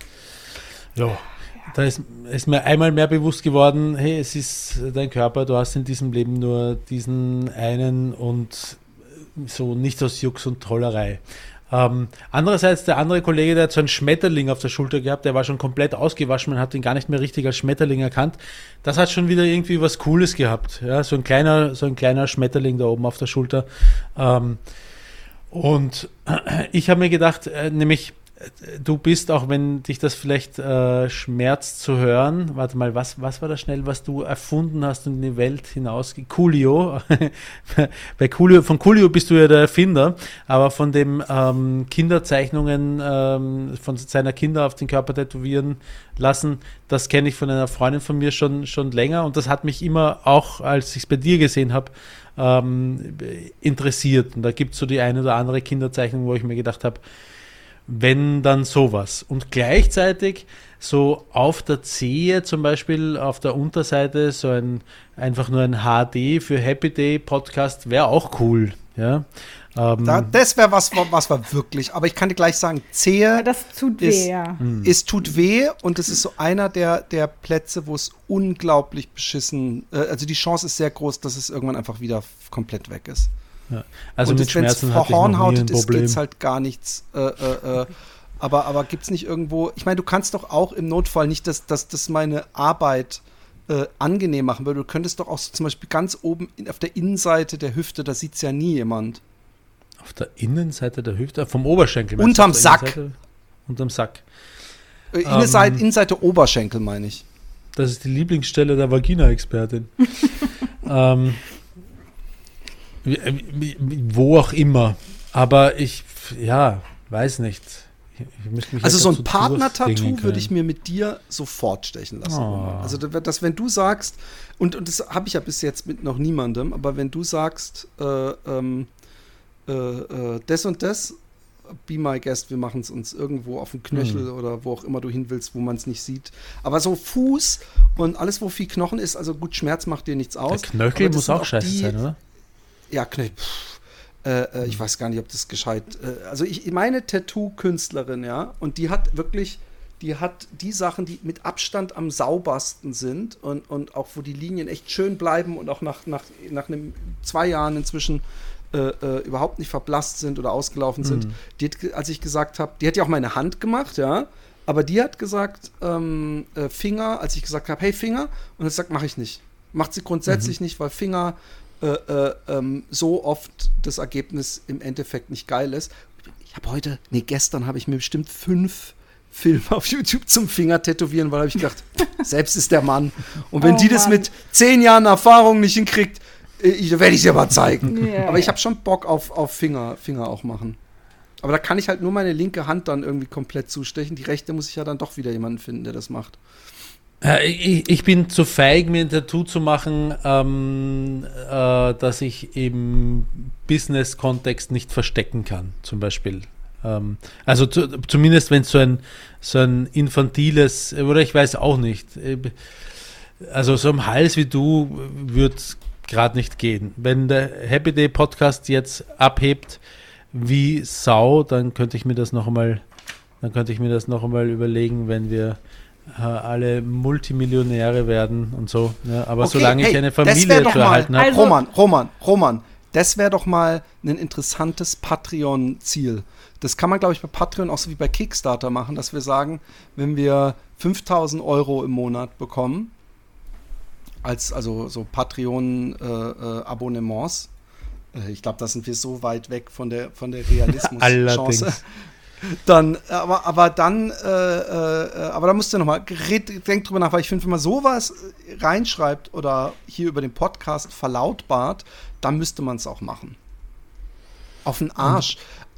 ja, da ist, ist mir einmal mehr bewusst geworden, hey, es ist dein Körper, du hast in diesem Leben nur diesen einen und so nicht aus Jux und Tollerei. Ähm, andererseits, der andere Kollege, der hat so einen Schmetterling auf der Schulter gehabt, der war schon komplett ausgewaschen, man hat ihn gar nicht mehr richtig als Schmetterling erkannt. Das hat schon wieder irgendwie was Cooles gehabt. Ja, so ein kleiner, so ein kleiner Schmetterling da oben auf der Schulter. Ähm, und ich habe mir gedacht, äh, nämlich, du bist, auch wenn dich das vielleicht äh, schmerzt zu hören, warte mal, was, was war das schnell, was du erfunden hast und in die Welt hinaus? Coolio. Bei Coolio, von Coolio bist du ja der Erfinder, aber von dem ähm, Kinderzeichnungen ähm, von seiner Kinder auf den Körper tätowieren lassen, das kenne ich von einer Freundin von mir schon, schon länger und das hat mich immer auch, als ich es bei dir gesehen habe, ähm, interessiert. Und da gibt es so die eine oder andere Kinderzeichnung, wo ich mir gedacht habe, wenn dann sowas. Und gleichzeitig so auf der Zehe zum Beispiel, auf der Unterseite, so ein einfach nur ein H D für Happy Day Podcast wäre auch cool. Ja, ähm, Da, das wäre was, was war wirklich. Aber ich kann dir gleich sagen, Zehe, Ja, das tut ist- weh, ja. es tut weh und es ist so einer der, der Plätze, wo es unglaublich beschissen, äh, also die Chance ist sehr groß, dass es irgendwann einfach wieder f- komplett weg ist. ja. Also und mit das, wenn's Schmerzen hatte ich noch nie ein verhornhautet ist, Problem. geht's halt gar nichts. Äh, äh, äh. Aber, aber gibt es nicht irgendwo, ich meine, du kannst doch auch im Notfall nicht, dass, dass das meine Arbeit äh, angenehm machen würde. Du könntest doch auch so zum Beispiel ganz oben in, auf der Innenseite der Hüfte, da sieht es ja nie jemand. Auf der Innenseite der Hüfte, vom Oberschenkel. meinst Unterm du, auf der Sack. Innenseite? Unterm Sack. Äh, Innenseite, Ähm. Innenseite Oberschenkel, meine ich. Das ist die Lieblingsstelle der Vagina-Expertin. ähm, wie, wie, wie- wo auch immer. Aber ich, ja, weiß nicht. Ich müsste mich Also ja so ein dazu Partner-Tattoo durchringen würde ich können. mir mit dir sofort stechen lassen. Oh. Also dass, dass wenn du sagst, und, und das habe ich ja bis jetzt mit noch niemandem, aber wenn du sagst, äh, ähm, äh, äh, das und das, be my guest, wir machen es uns irgendwo auf dem Knöchel Mhm. oder wo auch immer du hin willst, wo man es nicht sieht. Aber so Fuß und alles, wo viel Knochen ist, also gut, Schmerz macht dir nichts Der aus. Knöchel aber das muss sind auch scheiße die- sein, oder? Ja, Knöchel. pff, Äh, äh, ich weiß gar nicht, ob das gescheit. Äh, also ich meine Tattoo-Künstlerin, ja, und die hat wirklich, die hat die Sachen, die mit Abstand am saubersten sind und, und auch wo die Linien echt schön bleiben und auch nach, nach, nach einem, zwei Jahren inzwischen äh, äh, überhaupt nicht verblasst sind oder ausgelaufen sind. Mhm. Die hat, ge- als ich gesagt habe, die hat ja auch meine Hand gemacht, ja, aber die hat gesagt, ähm, äh, Finger, als ich gesagt habe, hey Finger, und hat gesagt, mache ich nicht. Macht sie grundsätzlich nicht, weil Finger Äh, äh, ähm, so oft das Ergebnis im Endeffekt nicht geil ist. Ich habe heute, nee, gestern habe ich mir bestimmt fünf Filme auf YouTube zum Finger tätowieren, weil habe ich gedacht, selbst ist der Mann. Und wenn Oh die das Mann. mit zehn Jahren Erfahrung nicht hinkriegt, äh, ich, werde ich sie aber zeigen. Ja. Aber ich habe schon Bock auf, auf Finger, Finger auch machen. Aber da kann ich halt nur meine linke Hand dann irgendwie komplett zustechen. Die rechte muss ich ja dann doch wieder jemanden finden, der das macht. Äh, ich, ich bin zu feig, mir ein Tattoo zu machen, ähm, äh, dass ich im Business-Kontext nicht verstecken kann, zum Beispiel. Ähm, also zu, zumindest wenn es so ein, so ein infantiles, oder ich weiß auch nicht, äh, also so am Hals wie du wird es gerade nicht gehen. Wenn der Happy Day Podcast jetzt abhebt wie Sau, dann könnte ich mir das noch einmal, dann könnte ich mir das noch einmal überlegen, wenn wir alle Multimillionäre werden und so. Ja, aber Okay, solange hey, ich eine das wär Familie doch zu mal- erhalten habe. Also- Roman, Roman, Roman, das wäre doch mal ein interessantes Patreon-Ziel. Das kann man, glaube ich, bei Patreon auch so wie bei Kickstarter machen, dass wir sagen, wenn wir fünftausend Euro im Monat bekommen, als also so Patreon-Abonnements, äh, ich glaube, da sind wir so weit weg von der, von der Realismus-Chance. Allerdings. Dann, aber, aber dann, äh, äh, aber da musst du nochmal, denk drüber nach, weil ich finde, wenn man sowas reinschreibt oder hier über den Podcast verlautbart, dann müsste man es auch machen. Auf den Arsch.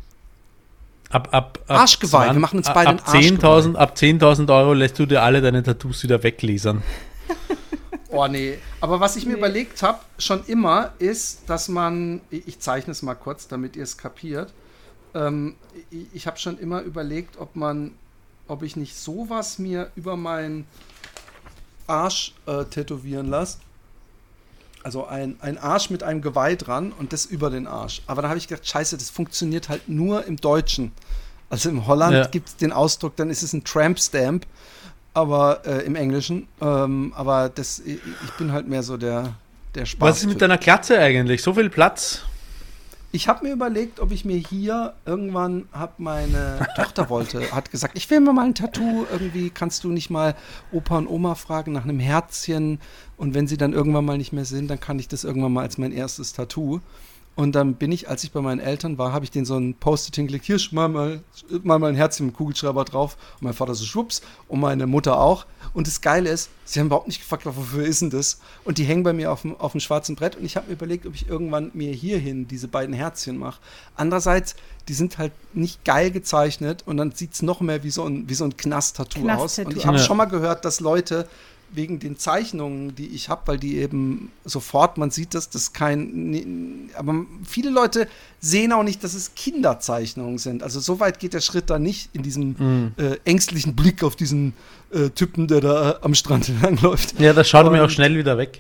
Ab, ab, ab Arschgeweih, wir machen uns beide ab ein zehntausend ab zehntausend Euro lässt du dir alle deine Tattoos wieder weglasern. Oh nee. Aber was ich mir überlegt habe, schon immer, ist, dass man, ich, ich zeichne es mal kurz, damit ihr es kapiert. Ähm, ich ich habe schon immer überlegt, ob man, ob ich nicht sowas mir über meinen Arsch äh, tätowieren lasse. Also ein, ein Arsch mit einem Geweih dran und das über den Arsch. Aber da habe ich gedacht, scheiße, das funktioniert halt nur im Deutschen. Also im Holland Ja. gibt es den Ausdruck, dann ist es ein Tramp-Stamp, aber äh, im Englischen. Ähm, aber das, ich, ich bin halt mehr so der, der Spaß. Was ist mit deiner Glatze eigentlich? So viel Platz? Ich habe mir überlegt, ob ich mir hier irgendwann, hab meine Tochter wollte, hat gesagt, ich will mir mal ein Tattoo, irgendwie kannst du nicht mal Opa und Oma fragen nach einem Herzchen und wenn sie dann irgendwann mal nicht mehr sind, dann kann ich das irgendwann mal als mein erstes Tattoo. Und dann bin ich, als ich bei meinen Eltern war, habe ich denen so ein Post-it hingelegt, hier, mal mal, mal mal ein Herzchen mit Kugelschreiber drauf. Und mein Vater so schwupps und meine Mutter auch. Und das Geile ist, sie haben überhaupt nicht gefragt, wofür ist denn das? Und die hängen bei mir auf dem, auf dem schwarzen Brett. Und ich habe mir überlegt, ob ich irgendwann mir hierhin diese beiden Herzchen mache. Andererseits, die sind halt nicht geil gezeichnet und dann sieht es noch mehr wie so ein, wie so ein Knast-Tattoo aus. Knast-Tattoo. Und ich habe Ja. schon mal gehört, dass Leute wegen den Zeichnungen, die ich habe, weil die eben sofort, man sieht, dass das kein, nee, aber viele Leute sehen auch nicht, dass es Kinderzeichnungen sind. Also so weit geht der Schritt da nicht in diesem Mhm. äh, ängstlichen Blick auf diesen äh, Typen, der da äh, am Strand entlangläuft. Ja, das schaut mir Und- auch schnell wieder weg.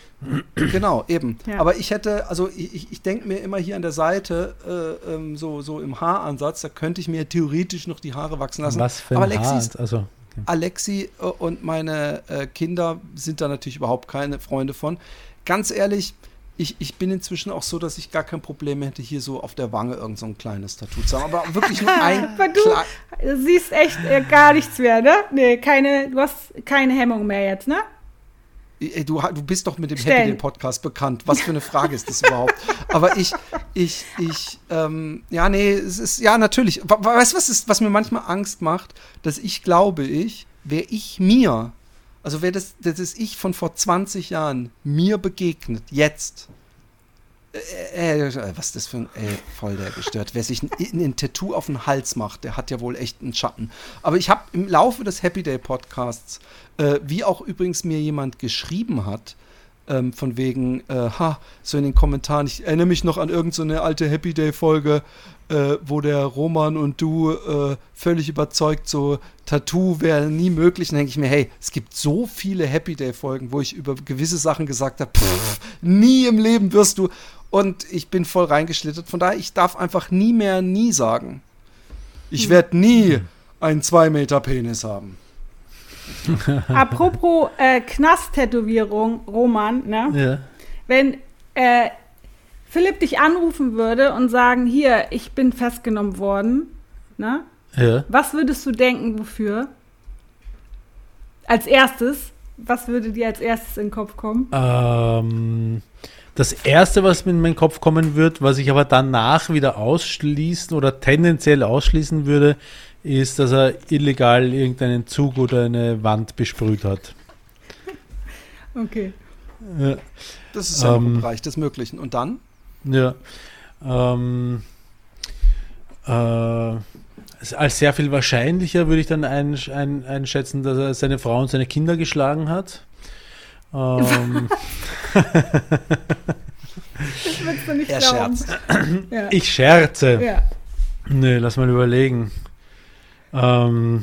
Genau, eben. Ja. Aber ich hätte, also ich, ich, ich denke mir immer hier an der Seite, äh, ähm, so, so im Haaransatz, da könnte ich mir theoretisch noch die Haare wachsen lassen. Was für aber ein Haar. Alexis, Also, okay. Alexi äh, und meine äh, Kinder sind da natürlich überhaupt keine Freunde von. Ganz ehrlich, ich, ich bin inzwischen auch so, dass ich gar kein Problem hätte, hier so auf der Wange irgend so ein kleines Tattoo zu haben. Aber wirklich nur ein Aber du klei- Du siehst echt äh, gar nichts mehr, ne? Nee, keine, du hast keine Hemmung mehr jetzt, ne? Ey, Du, du bist doch mit dem Stellen. Happy Day Podcast bekannt. Was für eine Frage ist das überhaupt? Aber ich, ich, ich, ähm, ja, nee, es ist, ja, natürlich. We- Weißt du, was, ist, was mir manchmal Angst macht? Dass ich glaube, ich, wäre ich mir, also wäre das, das ist ich von vor zwanzig Jahren mir begegnet, jetzt, Äh, äh, was ist das für ein, ey, voll der gestört. Wer sich ein, ein Tattoo auf den Hals macht, der hat ja wohl echt einen Schatten. Aber ich habe im Laufe des Happy Day Podcasts, äh, wie auch übrigens mir jemand geschrieben hat, ähm, von wegen, äh, ha, so in den Kommentaren, ich erinnere mich noch an irgendeine so alte Happy Day Folge, äh, wo der Roman und du äh, völlig überzeugt so, Tattoo wäre nie möglich. Dann denke ich mir, hey, es gibt so viele Happy Day Folgen, wo ich über gewisse Sachen gesagt habe, pff, nie im Leben wirst du. Und ich bin voll reingeschlittert. Von daher, ich darf einfach nie mehr nie sagen. Ich werde nie einen zwei Meter Penis haben. Apropos äh, Knast-Tätowierung, Roman, ne? Ja. Wenn äh, Philipp dich anrufen würde und sagen, hier, ich bin festgenommen worden, ne? Ja. Was würdest du denken, wofür? Als erstes, was würde dir als erstes in den Kopf kommen? Ähm, das Erste, was mir in meinen Kopf kommen wird, was ich aber danach wieder ausschließen oder tendenziell ausschließen würde, ist, dass er illegal irgendeinen Zug oder eine Wand besprüht hat. Okay. Ja. Das ist ja Ähm, im Bereich des Möglichen. Und dann? Ja. Ähm, äh, als sehr viel wahrscheinlicher würde ich dann ein, ein, einschätzen, dass er seine Frau und seine Kinder geschlagen hat. Ähm, Das würdest du nicht Er glauben. scherzt. Ja. ich scherze. Ja. Nee, lass mal überlegen. Ähm,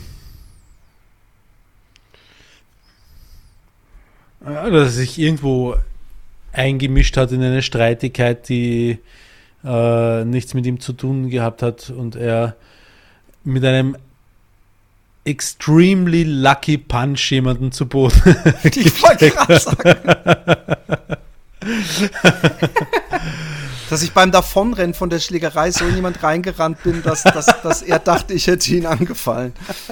ja, dass er sich irgendwo eingemischt hat in eine Streitigkeit, die äh, nichts mit ihm zu tun gehabt hat und er mit einem extremely lucky Punch jemanden zu Boden Ich wollte gerade sagen. Dass ich beim Davonrennen von der Schlägerei so in jemand reingerannt bin, dass, dass, dass er dachte, ich hätte ihn angefallen.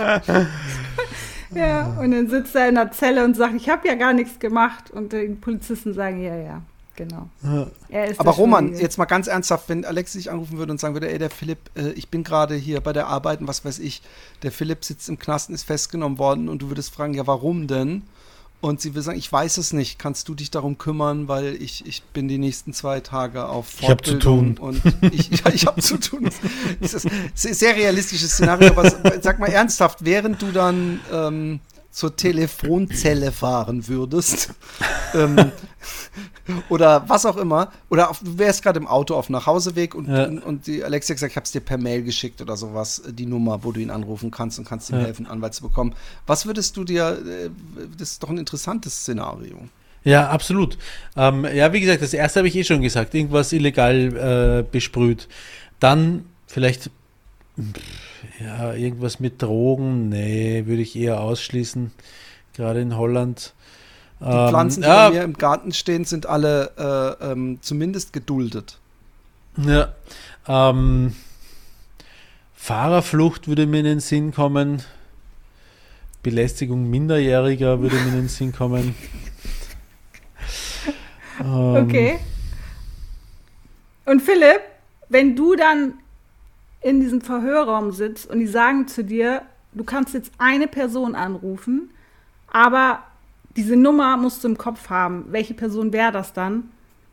Ja, und dann sitzt er in der Zelle und sagt, ich habe ja gar nichts gemacht. Und die Polizisten sagen, ja, ja, genau. Er ist Aber der Roman, Schuldige. jetzt mal ganz ernsthaft, wenn Alex dich anrufen würde und sagen würde, ey, der Philipp, äh, ich bin gerade hier bei der Arbeit und was weiß ich, der Philipp sitzt im Knast und ist festgenommen worden und du würdest fragen, ja, warum denn? Und sie würde sagen, ich weiß es nicht, kannst du dich darum kümmern, weil ich, ich bin die nächsten zwei Tage auf Ich hab zu Fortbildung tun. und ich, ja, ich habe zu tun. Das ist ein sehr realistisches Szenario, aber sag mal ernsthaft, während du dann ähm, zur Telefonzelle fahren würdest, ähm, oder was auch immer, oder auf, du wärst gerade im Auto auf Nachhauseweg und, Ja. und, und die Alexia gesagt, ich habe es dir per Mail geschickt oder sowas, die Nummer, wo du ihn anrufen kannst und kannst ihm Ja. helfen, Anwalt zu bekommen. Was würdest du dir, äh, das ist doch ein interessantes Szenario. Ja, absolut. Ähm, ja, wie gesagt, das erste habe ich eh schon gesagt, irgendwas illegal äh, besprüht. Dann vielleicht pff, ja, irgendwas mit Drogen, nee, würde ich eher ausschließen, gerade in Holland. Die Pflanzen, die ja, bei mir im Garten stehen, sind alle äh, ähm, zumindest geduldet. Ja, ähm, Fahrerflucht würde mir in den Sinn kommen. Belästigung Minderjähriger würde mir in den Sinn kommen. Ähm, Okay. Und Philipp, wenn du dann in diesem Verhörraum sitzt und die sagen zu dir, du kannst jetzt eine Person anrufen, aber diese Nummer musst du im Kopf haben. Welche Person wäre das dann?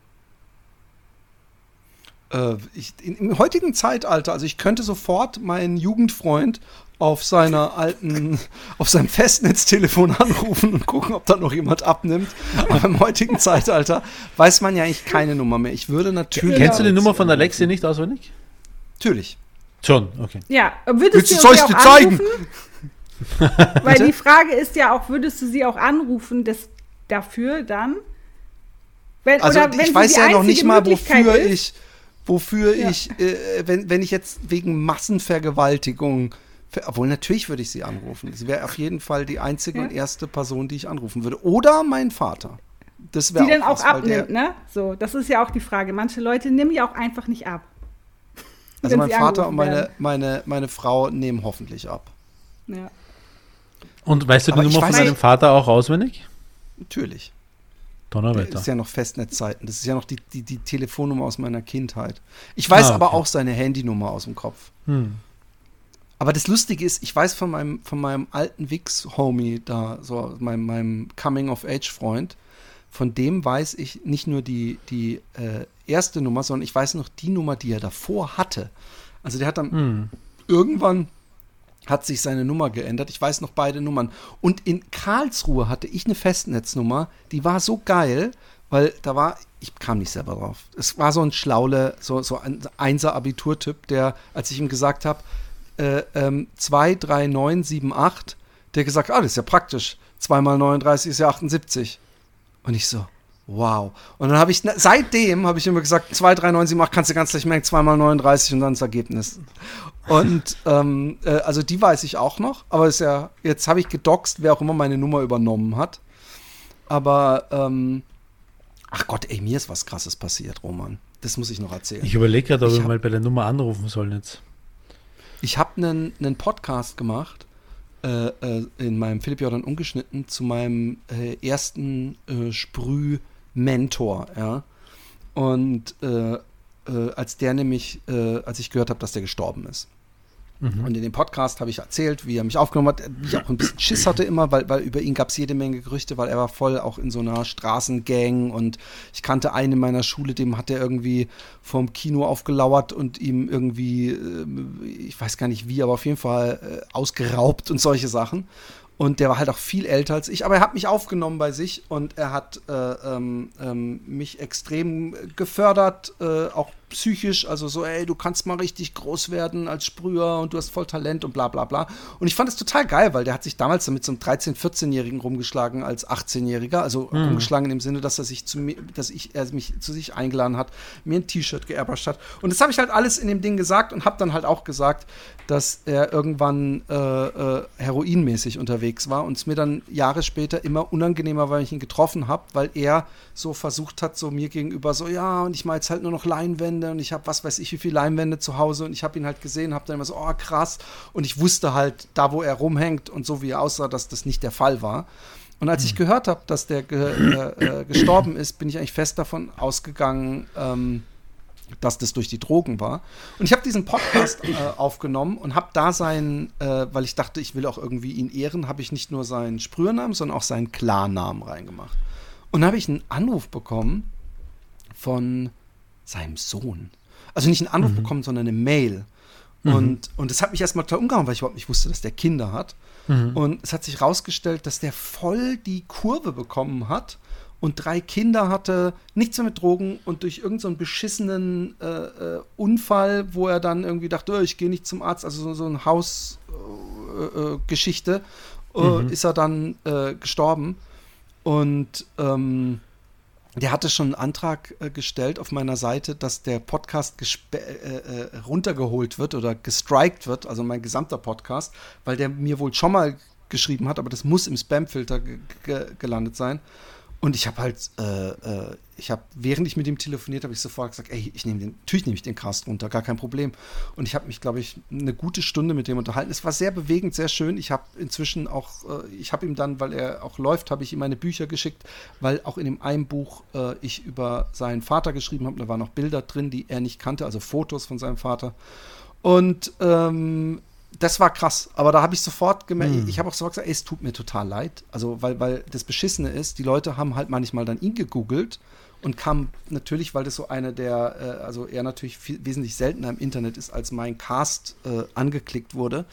Äh, ich, in, Im heutigen Zeitalter, also ich könnte sofort meinen Jugendfreund auf seiner alten, auf seinem Festnetztelefon anrufen und gucken, ob da noch jemand abnimmt. Aber im heutigen Zeitalter weiß man ja eigentlich keine Nummer mehr. Ich würde natürlich. Kennst du die Nummer von Alexia nicht auswendig? Natürlich. Schon, okay. Ja, würdest Willst du- du soll sie ich auch dir zeigen? anrufen? Weil Bitte? die Frage ist ja auch, würdest du sie auch anrufen des, dafür dann? Wenn, Also oder wenn ich sie weiß die ja noch einzige nicht mal, Möglichkeit wofür ist, ich, wofür Ja. ich, äh, wenn, wenn ich jetzt wegen Massenvergewaltigung, ver- obwohl natürlich würde ich sie anrufen. Sie wäre auf jeden Fall die einzige Ja. und erste Person, die ich anrufen würde. Oder mein Vater. Das wäre die dann auch was, weil abnimmt, der, ne? So, das ist ja auch die Frage. Manche Leute nehmen ja auch einfach nicht ab. Also wenn mein sie Vater und angerufen meine, werden. meine, meine Frau nehmen hoffentlich ab. Ja. Und weißt du die Aber ich Nummer von weiß- deinem Vater auch auswendig? Natürlich. Donnerwetter. Das ist ja noch Festnetzzeiten. Das ist ja noch die, die, die Telefonnummer aus meiner Kindheit. Ich weiß Ah, aber okay. auch seine Handynummer aus dem Kopf. Hm. Aber das Lustige ist, ich weiß von meinem, von meinem alten Wix-Homie da, so meinem, meinem Coming-of-Age-Freund, von dem weiß ich nicht nur die, die äh, erste Nummer, sondern ich weiß noch die Nummer, die er davor hatte. Also der hat dann Hm. irgendwann hat sich seine Nummer geändert. Ich weiß noch beide Nummern. Und in Karlsruhe hatte ich eine Festnetznummer, die war so geil, weil da war, ich kam nicht selber drauf. Es war so ein Schlaule, so, so ein Einser-Abiturtyp, der, als ich ihm gesagt habe, äh, ähm, zwei drei neun sieben acht, der gesagt, ah, das ist ja praktisch. zwei mal neununddreißig ist ja achtundsiebzig. Und ich so, wow. Und dann habe ich, seitdem habe ich immer gesagt, zwei drei neun sieben acht kannst du ganz leicht merken, zwei mal neununddreißig und dann das Ergebnis. Und ähm, äh, also die weiß ich auch noch, aber ist ja, jetzt habe ich gedoxt, wer auch immer meine Nummer übernommen hat. Aber, ähm, ach Gott, ey, mir ist was Krasses passiert, Roman. Das muss ich noch erzählen. Ich überlege gerade, ob Ich wir hab- mal bei der Nummer anrufen sollen jetzt. Ich habe einen einen Podcast gemacht, äh, äh, in meinem Philipp Jordan ungeschnitten, zu meinem äh, ersten äh, Sprüh-Mentor, ja. Und äh, äh, als der nämlich, äh, als ich gehört habe, dass der gestorben ist. Und in dem Podcast habe ich erzählt, wie er mich aufgenommen hat, wie ich auch ein bisschen Schiss hatte immer, weil, weil über ihn gab es jede Menge Gerüchte, weil er war voll auch in so einer Straßengang und ich kannte einen in meiner Schule, dem hat er irgendwie vorm Kino aufgelauert und ihm irgendwie, äh, ich weiß gar nicht wie, aber auf jeden Fall äh, ausgeraubt und solche Sachen. Und der war halt auch viel älter als ich, aber er hat mich aufgenommen bei sich und er hat äh, ähm, ähm, mich extrem gefördert, äh, auch psychisch, also so, ey, du kannst mal richtig groß werden als Sprüher und du hast voll Talent und bla bla bla. Und ich fand es total geil, weil der hat sich damals mit so einem dreizehn-, vierzehnjährigen rumgeschlagen als achtzehnjähriger, also Mhm. rumgeschlagen in dem Sinne, dass er sich zu mir, dass ich, er mich zu sich eingeladen hat, mir ein T-Shirt geairbrushed hat. Und das habe ich halt alles in dem Ding gesagt und habe dann halt auch gesagt, dass er irgendwann äh, äh, heroinmäßig unterwegs war und es mir dann Jahre später immer unangenehmer war, wenn ich ihn getroffen habe, weil er so versucht hat, so mir gegenüber so, ja, und ich mache jetzt halt nur noch Leinwände und ich habe was weiß ich wie viele Leinwände zu Hause und ich habe ihn halt gesehen, habe dann immer so, oh krass, und ich wusste halt, da wo er rumhängt und so wie er aussah, dass das nicht der Fall war. Und als ich gehört habe, dass der ge äh, äh, gestorben ist, bin ich eigentlich fest davon ausgegangen, ähm, dass das durch die Drogen war. Und ich habe diesen Podcast äh, aufgenommen und habe da seinen, äh, weil ich dachte, ich will auch irgendwie ihn ehren, habe ich nicht nur seinen Sprühernamen, sondern auch seinen Klarnamen reingemacht. Und dann habe ich einen Anruf bekommen von seinem Sohn. Also nicht einen Anruf bekommen, sondern eine Mail. Und, und das hat mich erstmal total umgehauen, weil ich überhaupt nicht wusste, dass der Kinder hat. Mhm. Und es hat sich rausgestellt, dass der voll die Kurve bekommen hat und drei Kinder hatte, nichts mehr mit Drogen und durch irgendeinen so einen beschissenen äh, äh, Unfall, wo er dann irgendwie dachte, oh, ich gehe nicht zum Arzt, also so, so eine Hausgeschichte, äh, äh, Mhm. ist er dann äh, gestorben. Und ähm, der hatte schon einen Antrag äh, gestellt auf meiner Seite, dass der Podcast gespe- äh, äh, runtergeholt wird oder gestrikt wird, also mein gesamter Podcast, weil der mir wohl schon mal geschrieben hat, aber das muss im Spamfilter ge ge gelandet sein. Und ich habe halt, äh, äh, ich habe, während ich mit ihm telefoniert habe, ich sofort gesagt, ey, ich nehme den, natürlich nehme ich den Cast runter, gar kein Problem. Und ich habe mich, glaube ich, eine gute Stunde mit dem unterhalten. Es war sehr bewegend, sehr schön. Ich habe inzwischen auch, äh, ich habe ihm dann, weil er auch läuft, habe ich ihm meine Bücher geschickt, weil auch in dem einen Buch äh, ich über seinen Vater geschrieben habe. Da waren noch Bilder drin, die er nicht kannte, also Fotos von seinem Vater. Und ähm, das war krass, aber da habe ich sofort gemerkt, Hm. ich habe auch sofort gesagt, ey, es tut mir total leid. Also, weil, weil das Beschissene ist, die Leute haben halt manchmal dann ihn gegoogelt und kam natürlich, weil das so eine der, äh, also er natürlich viel, wesentlich seltener im Internet ist, als mein Cast äh, angeklickt wurde.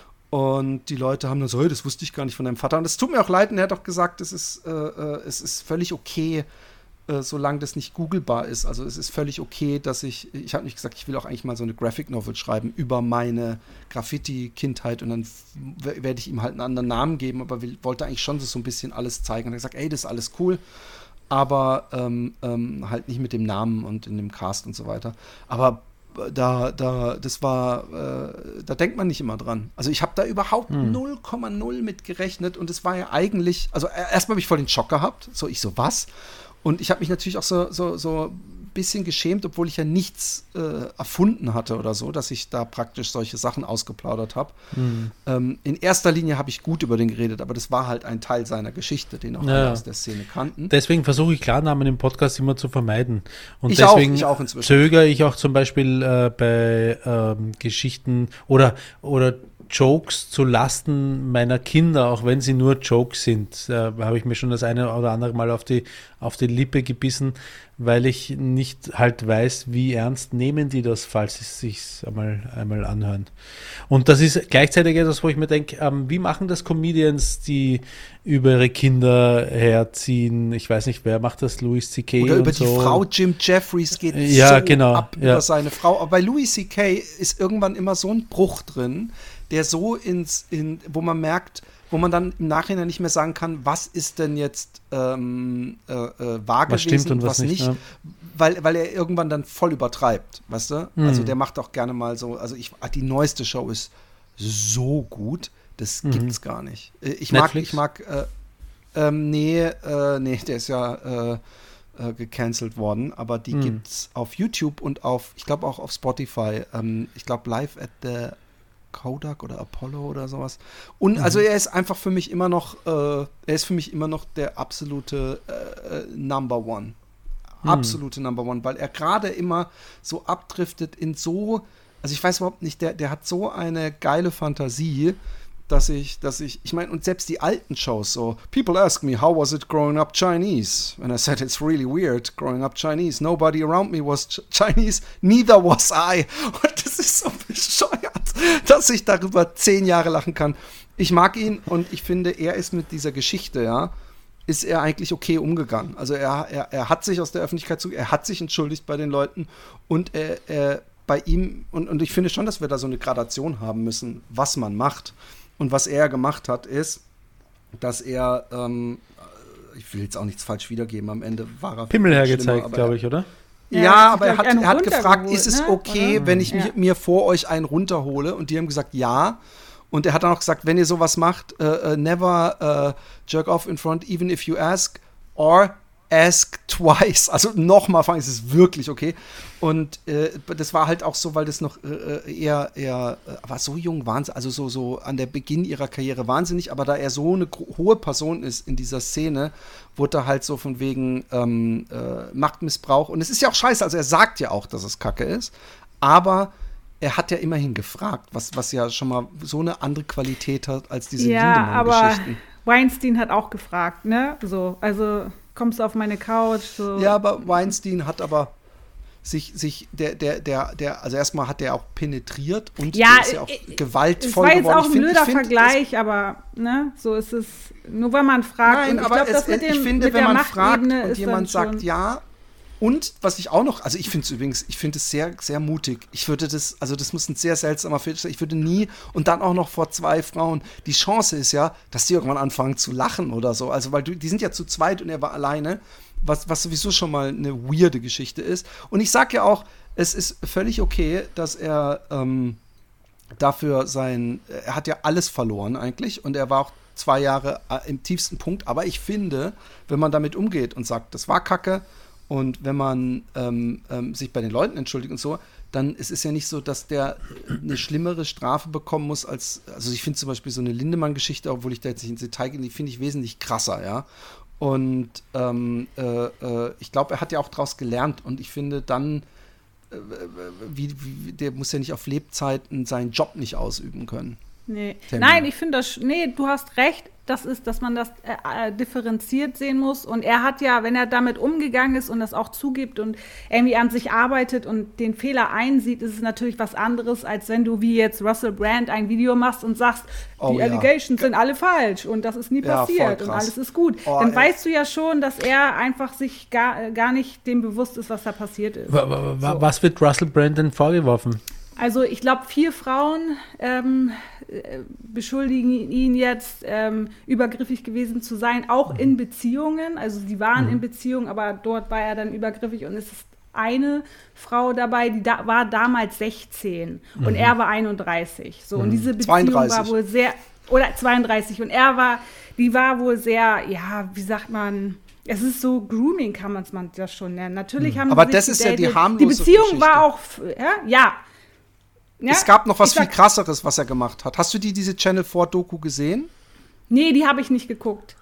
Und die Leute haben dann so, hey, das wusste ich gar nicht von deinem Vater. Und es tut mir auch leid, und er hat auch gesagt, es ist, äh, äh, es ist völlig okay, äh, solange das nicht googelbar ist. Also es ist völlig okay, dass ich, ich habe nicht gesagt, ich will auch eigentlich mal so eine Graphic Novel schreiben über meine Graffiti-Kindheit und dann werde ich ihm halt einen anderen Namen geben, aber will, wollte eigentlich schon so ein bisschen alles zeigen. Und er hat gesagt, ey, das ist alles cool, aber ähm, ähm, halt nicht mit dem Namen und in dem Cast und so weiter. Aber da, da, das war, äh, da denkt man nicht immer dran. Also ich habe da überhaupt Hm. null Komma null mit gerechnet und es war ja eigentlich, also erstmal habe ich voll den Schock gehabt, so ich so, was? Und ich habe mich natürlich auch so, so, so ein bisschen geschämt, obwohl ich ja nichts äh, erfunden hatte oder so, dass ich da praktisch solche Sachen ausgeplaudert habe. Hm. Ähm, in erster Linie habe ich gut über den geredet, aber das war halt ein Teil seiner Geschichte, den auch Ja. alle aus der Szene kannten. Deswegen versuche ich Klarnamen im Podcast immer zu vermeiden. Und Ich auch, deswegen ich auch inzwischen. zögere ich auch zum Beispiel äh, bei ähm, Geschichten oder, oder Jokes zu Lasten meiner Kinder, auch wenn sie nur Jokes sind, äh, habe ich mir schon das eine oder andere Mal auf die, auf die Lippe gebissen, weil ich nicht halt weiß, wie ernst nehmen die das, falls sie es sich einmal, einmal anhören. Und das ist gleichzeitig etwas, wo ich mir denke, ähm, wie machen das Comedians, die über ihre Kinder herziehen? Ich weiß nicht, wer macht das? Louis C K Oder und über so. die Frau Jim Jeffries geht Ja, so genau, ab ja. über seine Frau. Aber bei Louis C K ist irgendwann immer so ein Bruch drin, der so ins, in, wo man merkt, wo man dann im Nachhinein nicht mehr sagen kann, was ist denn jetzt ähm, äh, äh, wahr Was gewesen stimmt und was nicht, ja. weil, weil er irgendwann dann voll übertreibt, weißt du? Mhm. Also der macht auch gerne mal so, also ich, die neueste Show ist so gut, das Mhm. gibt's gar nicht. Äh, Ich mag, Netflix? ich mag, äh, ähm, nee, äh, nee, der ist ja äh, äh, gecancelt worden, aber die Mhm. gibt's auf YouTube und auf, ich glaube auch auf Spotify. Ähm, ich glaube Live at the Kodak oder Apollo oder sowas. Und also er ist einfach für mich immer noch, äh, er ist für mich immer noch der absolute äh, Number One. Absolute Number One, weil er gerade immer so abdriftet in so, also ich weiß überhaupt nicht, der, der hat so eine geile Fantasie, dass ich, dass ich, ich meine, und selbst die alten Shows so, people ask me, how was it growing up Chinese? And I said, it's really weird growing up Chinese. Nobody around me was Ch- Chinese, neither was I. Und das ist so bescheuert, dass ich darüber zehn Jahre lachen kann. Ich mag ihn und ich finde, er ist mit dieser Geschichte, ja, ist er eigentlich okay umgegangen. Also er, er, er hat sich aus der Öffentlichkeit zu, er hat sich entschuldigt bei den Leuten und er, er bei ihm, und, und ich finde schon, dass wir da so eine Gradation haben müssen, was man macht. Und was er gemacht hat, ist, dass er, ähm, ich will jetzt auch nichts falsch wiedergeben, am Ende war er Pimmel schlimmer, hergezeigt, aber glaube er- ich, oder? Ja, Ja, aber er glaub hat, ich, einen er hat gefragt, runtergeholt, ist es ne? okay, Oder? wenn ich Ja. mir, mir vor euch einen runterhole? Und die haben gesagt, ja. Und er hat dann auch gesagt, wenn ihr sowas macht, äh, äh, never uh, jerk off in front, even if you ask, or ask twice. Also nochmal fragen, ist es wirklich okay? Und äh, das war halt auch so, weil das noch äh, eher, eher, äh, war so jung, wahnsinnig, also so, so an der Beginn ihrer Karriere wahnsinnig, aber da er so eine gro- hohe Person ist in dieser Szene, wurde er halt so von wegen ähm, äh, Machtmissbrauch. Und es ist ja auch scheiße, also er sagt ja auch, dass es Kacke ist, aber er hat ja immerhin gefragt, was, was ja schon mal so eine andere Qualität hat als diese Ja, aber Lindemann-Geschichten. Weinstein hat auch gefragt, ne? So, also kommst du auf meine Couch? So. Ja, aber Weinstein hat aber sich, sich der, der, der, der, also erstmal hat der auch penetriert und Ja, der ist ja auch äh, Es gewaltvoll war jetzt geworden. auch ein Ich find- blöder ich find, Vergleich, aber ne, so ist es. Nur weil man fragt. Nein, und ich aber glaub, es, das mit ich dem, finde, mit wenn der man fragt Machtebene und ist jemand dann sagt schon- ja, und was ich auch noch, also ich finde es übrigens, ich finde es sehr, sehr mutig. Ich würde das, also das muss ein sehr seltsamer Fetisch sein. Ich würde nie, und dann auch noch vor zwei Frauen, die Chance ist ja, dass die irgendwann anfangen zu lachen oder so. Also, weil du, die sind ja zu zweit und er war alleine, was, was sowieso schon mal eine weirde Geschichte ist. Und ich sag ja auch, es ist völlig okay, dass er ähm, dafür sein, er hat ja alles verloren eigentlich und er war auch zwei Jahre äh, im tiefsten Punkt, aber ich finde, wenn man damit umgeht und sagt, das war Kacke und wenn man ähm, ähm, sich bei den Leuten entschuldigt und so, dann ist es ja nicht so, dass der eine schlimmere Strafe bekommen muss als, also ich finde zum Beispiel so eine Lindemann-Geschichte, obwohl ich da jetzt nicht ins Detail gehe, die finde ich wesentlich krasser, ja. Und ähm, äh, äh, ich glaube, er hat ja auch daraus gelernt und ich finde dann, äh, wie, wie, der muss ja nicht auf Lebzeiten seinen Job nicht ausüben können. Nee. Termin. Nein, ich finde das, sch- nee, du hast recht, das ist, dass man das äh, äh, differenziert sehen muss. Und er hat ja, wenn er damit umgegangen ist und das auch zugibt und irgendwie an sich arbeitet und den Fehler einsieht, ist es natürlich was anderes, als wenn du wie jetzt Russell Brand ein Video machst und sagst, Oh die ja. Allegations sind alle falsch und das ist nie Ja, voll passiert und krass. alles ist gut. Oh, Dann ey. weißt du ja schon, dass er einfach sich gar, äh, gar nicht dem bewusst ist, was da passiert ist. Wa- wa- wa- Was wird Russell Brand denn vorgeworfen? Also ich glaube, vier Frauen ähm, äh, beschuldigen ihn jetzt, ähm, übergriffig gewesen zu sein, auch in Beziehungen. Also sie waren in Beziehungen, aber dort war er dann übergriffig und es ist eine Frau dabei, die da, war damals sechzehn und er war einunddreißig. So, und diese Beziehung zweiunddreißig. war wohl sehr, oder zweiunddreißig und er war, die war wohl sehr, ja, wie sagt man, es ist so Grooming, kann man es man das schon nennen. Natürlich haben Aber sie das sich ist ja die gedatet. harmlose Die Beziehung Geschichte. war auch, f- ja, ja. Ja, Es gab noch was ich sag- viel krasseres, was er gemacht hat. Hast du die, diese Channel vier Doku gesehen? Nee, die habe ich nicht geguckt.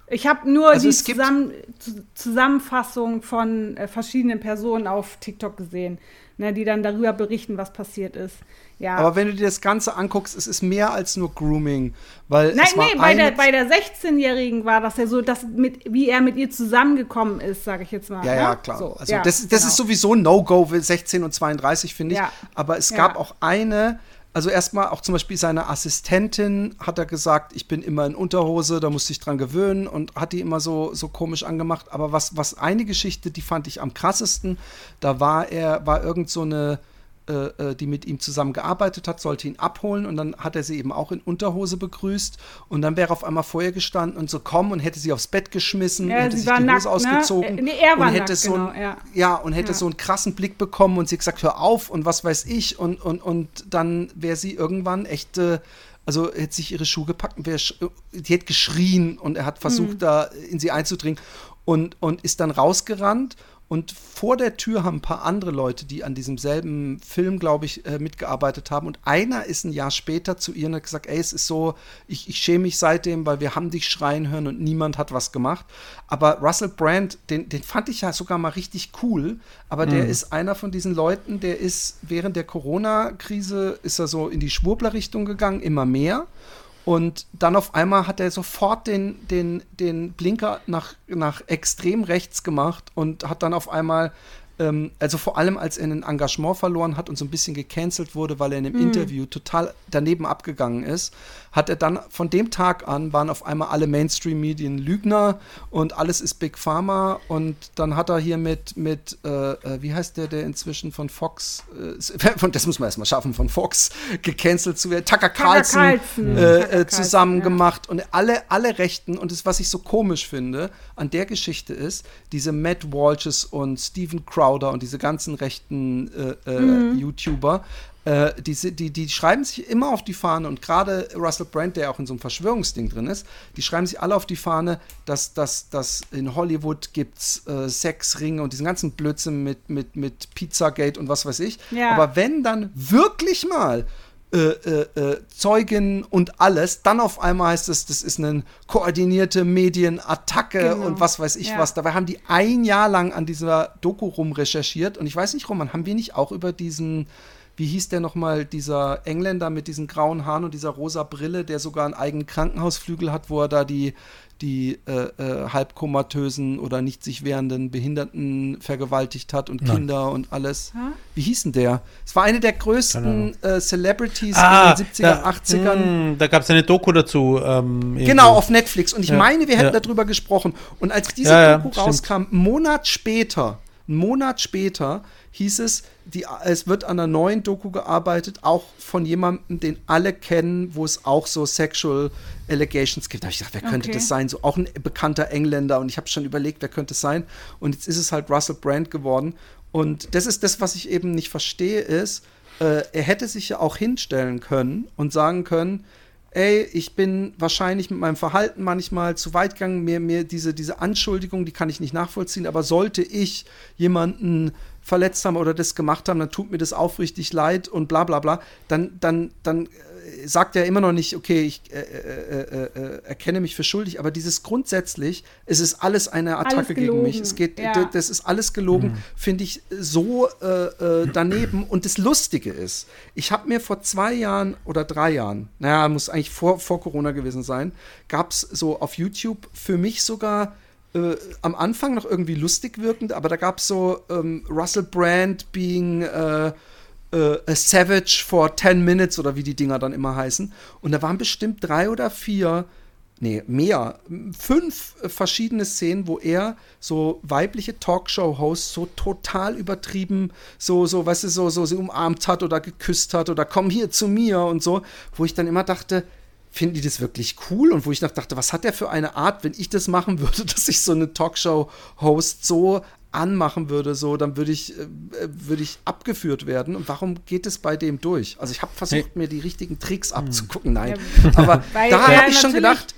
Ich habe nur Also die es gibt- Zusammen Zu- Zusammenfassung von äh, verschiedenen Personen auf TikTok gesehen, ne, die dann darüber berichten, was passiert ist. Ja. Aber wenn du dir das Ganze anguckst, es ist mehr als nur Grooming. Weil Nein, es war nee, bei der, eine- bei der sechzehnjährigen war das ja so, dass mit, wie er mit ihr zusammengekommen ist, sage ich jetzt mal. Ja, ne? ja, klar. So, also ja, das, das genau. ist sowieso ein No-Go, sechzehn und zweiunddreißig, finde ich. Ja. Aber es Ja. gab auch eine, also erstmal auch zum Beispiel seine Assistentin hat er gesagt, ich bin immer in Unterhose, da musste ich dran gewöhnen und hat die immer so, so komisch angemacht. Aber was, was eine Geschichte, die fand ich am krassesten, da war er, war irgend so eine äh, die mit ihm zusammen gearbeitet hat, sollte ihn abholen und dann hat er sie eben auch in Unterhose begrüßt und dann wäre auf einmal vor ihr gestanden und so komm und hätte sie aufs Bett geschmissen, Ja, hätte sie sich war die nackt, Hose ne? ausgezogen Äh, nee, er war und hätte nackt, so genau, ein, ja. ja, und hätte Ja. so einen krassen Blick bekommen und sie hat gesagt, hör auf und was weiß ich und, und, und dann wäre sie irgendwann echt, äh, also hätte sich ihre Schuhe gepackt und wäre, die hätte geschrien und er hat versucht, Mhm. da in sie einzudringen und, und ist dann rausgerannt. Und vor der Tür haben ein paar andere Leute, die an diesem selben Film, glaube ich, äh, mitgearbeitet haben. Und einer ist ein Jahr später zu ihr und hat gesagt, ey, es ist so, ich, ich schäme mich seitdem, weil wir haben dich schreien hören und niemand hat was gemacht. Aber Russell Brand, den, den fand ich ja sogar mal richtig cool. Aber der Mhm. ist einer von diesen Leuten, der ist während der Corona-Krise, ist er so in die Schwurbler-Richtung gegangen, immer mehr. Und dann auf einmal hat er sofort den, den, den Blinker nach, nach extrem rechts gemacht und hat dann auf einmal, ähm, also vor allem als er ein Engagement verloren hat und so ein bisschen gecancelt wurde, weil er in einem Mhm. Interview total daneben abgegangen ist, hat er dann von dem Tag an, waren auf einmal alle Mainstream-Medien Lügner und alles ist Big Pharma und dann hat er hier mit, mit äh, äh, wie heißt der, der inzwischen von Fox, äh, von, das muss man erstmal schaffen, von Fox gecancelt zu werden, Tucker Carlson, Carlson. äh, Tucker äh, Carlson, zusammen ja. gemacht und alle, alle Rechten und das, was ich so komisch finde an der Geschichte ist, diese Matt Walshes und Steven Crowder und diese ganzen rechten äh, äh, Mhm. YouTuber, äh, die, si- die, die schreiben sich immer auf die Fahne und gerade Russell Brand, der auch in so einem Verschwörungsding drin ist, die schreiben sich alle auf die Fahne, dass, dass, dass in Hollywood gibt's äh, Sexringe und diesen ganzen Blödsinn mit, mit, mit Pizzagate und was weiß ich. Ja. Aber wenn dann wirklich mal äh, äh, äh, Zeugen und alles, dann auf einmal heißt es, das ist eine koordinierte Medienattacke Genau. und was weiß ich Ja. was. Dabei haben die ein Jahr lang an dieser Doku rumrecherchiert und ich weiß nicht, Roman, haben wir nicht auch über diesen, wie hieß der nochmal, dieser Engländer mit diesen grauen Haaren und dieser rosa Brille, der sogar einen eigenen Krankenhausflügel hat, wo er da die die äh, äh, halbkomatösen oder nicht sich wehrenden Behinderten vergewaltigt hat und Nein. Kinder und alles. Ha? Wie hieß denn der? Es war eine der Keine größten äh, Celebrities Ah, in den siebziger, da, achtzigern. mh, da gab es eine Doku dazu. Ähm, Genau, irgendwo. auf Netflix. Und ich Ja, meine, wir hätten ja. darüber gesprochen. Und als diese Ja, ja, Doku stimmt. rauskam, einen Monat später, einen Monat später, hieß es, die, es wird an einer neuen Doku gearbeitet, auch von jemandem, den alle kennen, wo es auch so Sexual Allegations gibt. Da habe ich gedacht, wer könnte Okay. das sein? So auch ein bekannter Engländer. Und ich habe schon überlegt, wer könnte es sein? Und jetzt ist es halt Russell Brand geworden. Und das ist das, was ich eben nicht verstehe, ist, äh, er hätte sich ja auch hinstellen können und sagen können, ey, ich bin wahrscheinlich mit meinem Verhalten manchmal zu weit gegangen, mir, mir diese, diese Anschuldigung, die kann ich nicht nachvollziehen, aber sollte ich jemanden verletzt haben oder das gemacht haben, dann tut mir das aufrichtig leid und bla bla bla, dann, dann, dann äh, sagt er immer noch nicht, okay, ich äh, äh, äh, äh, erkenne mich für schuldig, aber dieses grundsätzlich, es ist alles eine Attacke Alles gegen gelogen, mich. Es geht, ja. d- das ist alles gelogen, finde ich so äh, äh, daneben. Und das Lustige ist, ich habe mir vor zwei Jahren oder drei Jahren, naja, muss eigentlich vor, vor Corona gewesen sein, gab es so auf YouTube für mich sogar äh, am Anfang noch irgendwie lustig wirkend, aber da gab es so ähm, Russell Brand being äh, äh, a savage for ten minutes oder wie die Dinger dann immer heißen. Und da waren bestimmt drei oder vier, nee, mehr, fünf äh, verschiedene Szenen, wo er so weibliche Talkshow-Hosts so total übertrieben, so, so, weißt du, so, so sie umarmt hat oder geküsst hat oder komm hier zu mir und so, wo ich dann immer dachte, finden die das wirklich cool? Und wo ich noch dachte, was hat der für eine Art, wenn ich das machen würde, dass ich so eine Talkshow-Host so anmachen würde, so, dann würde ich, äh, würde ich abgeführt werden. Und warum geht es bei dem durch? Also ich habe versucht, mir die richtigen Tricks abzugucken. Nein. Aber Weil da er habe ich schon natürlich- gedacht,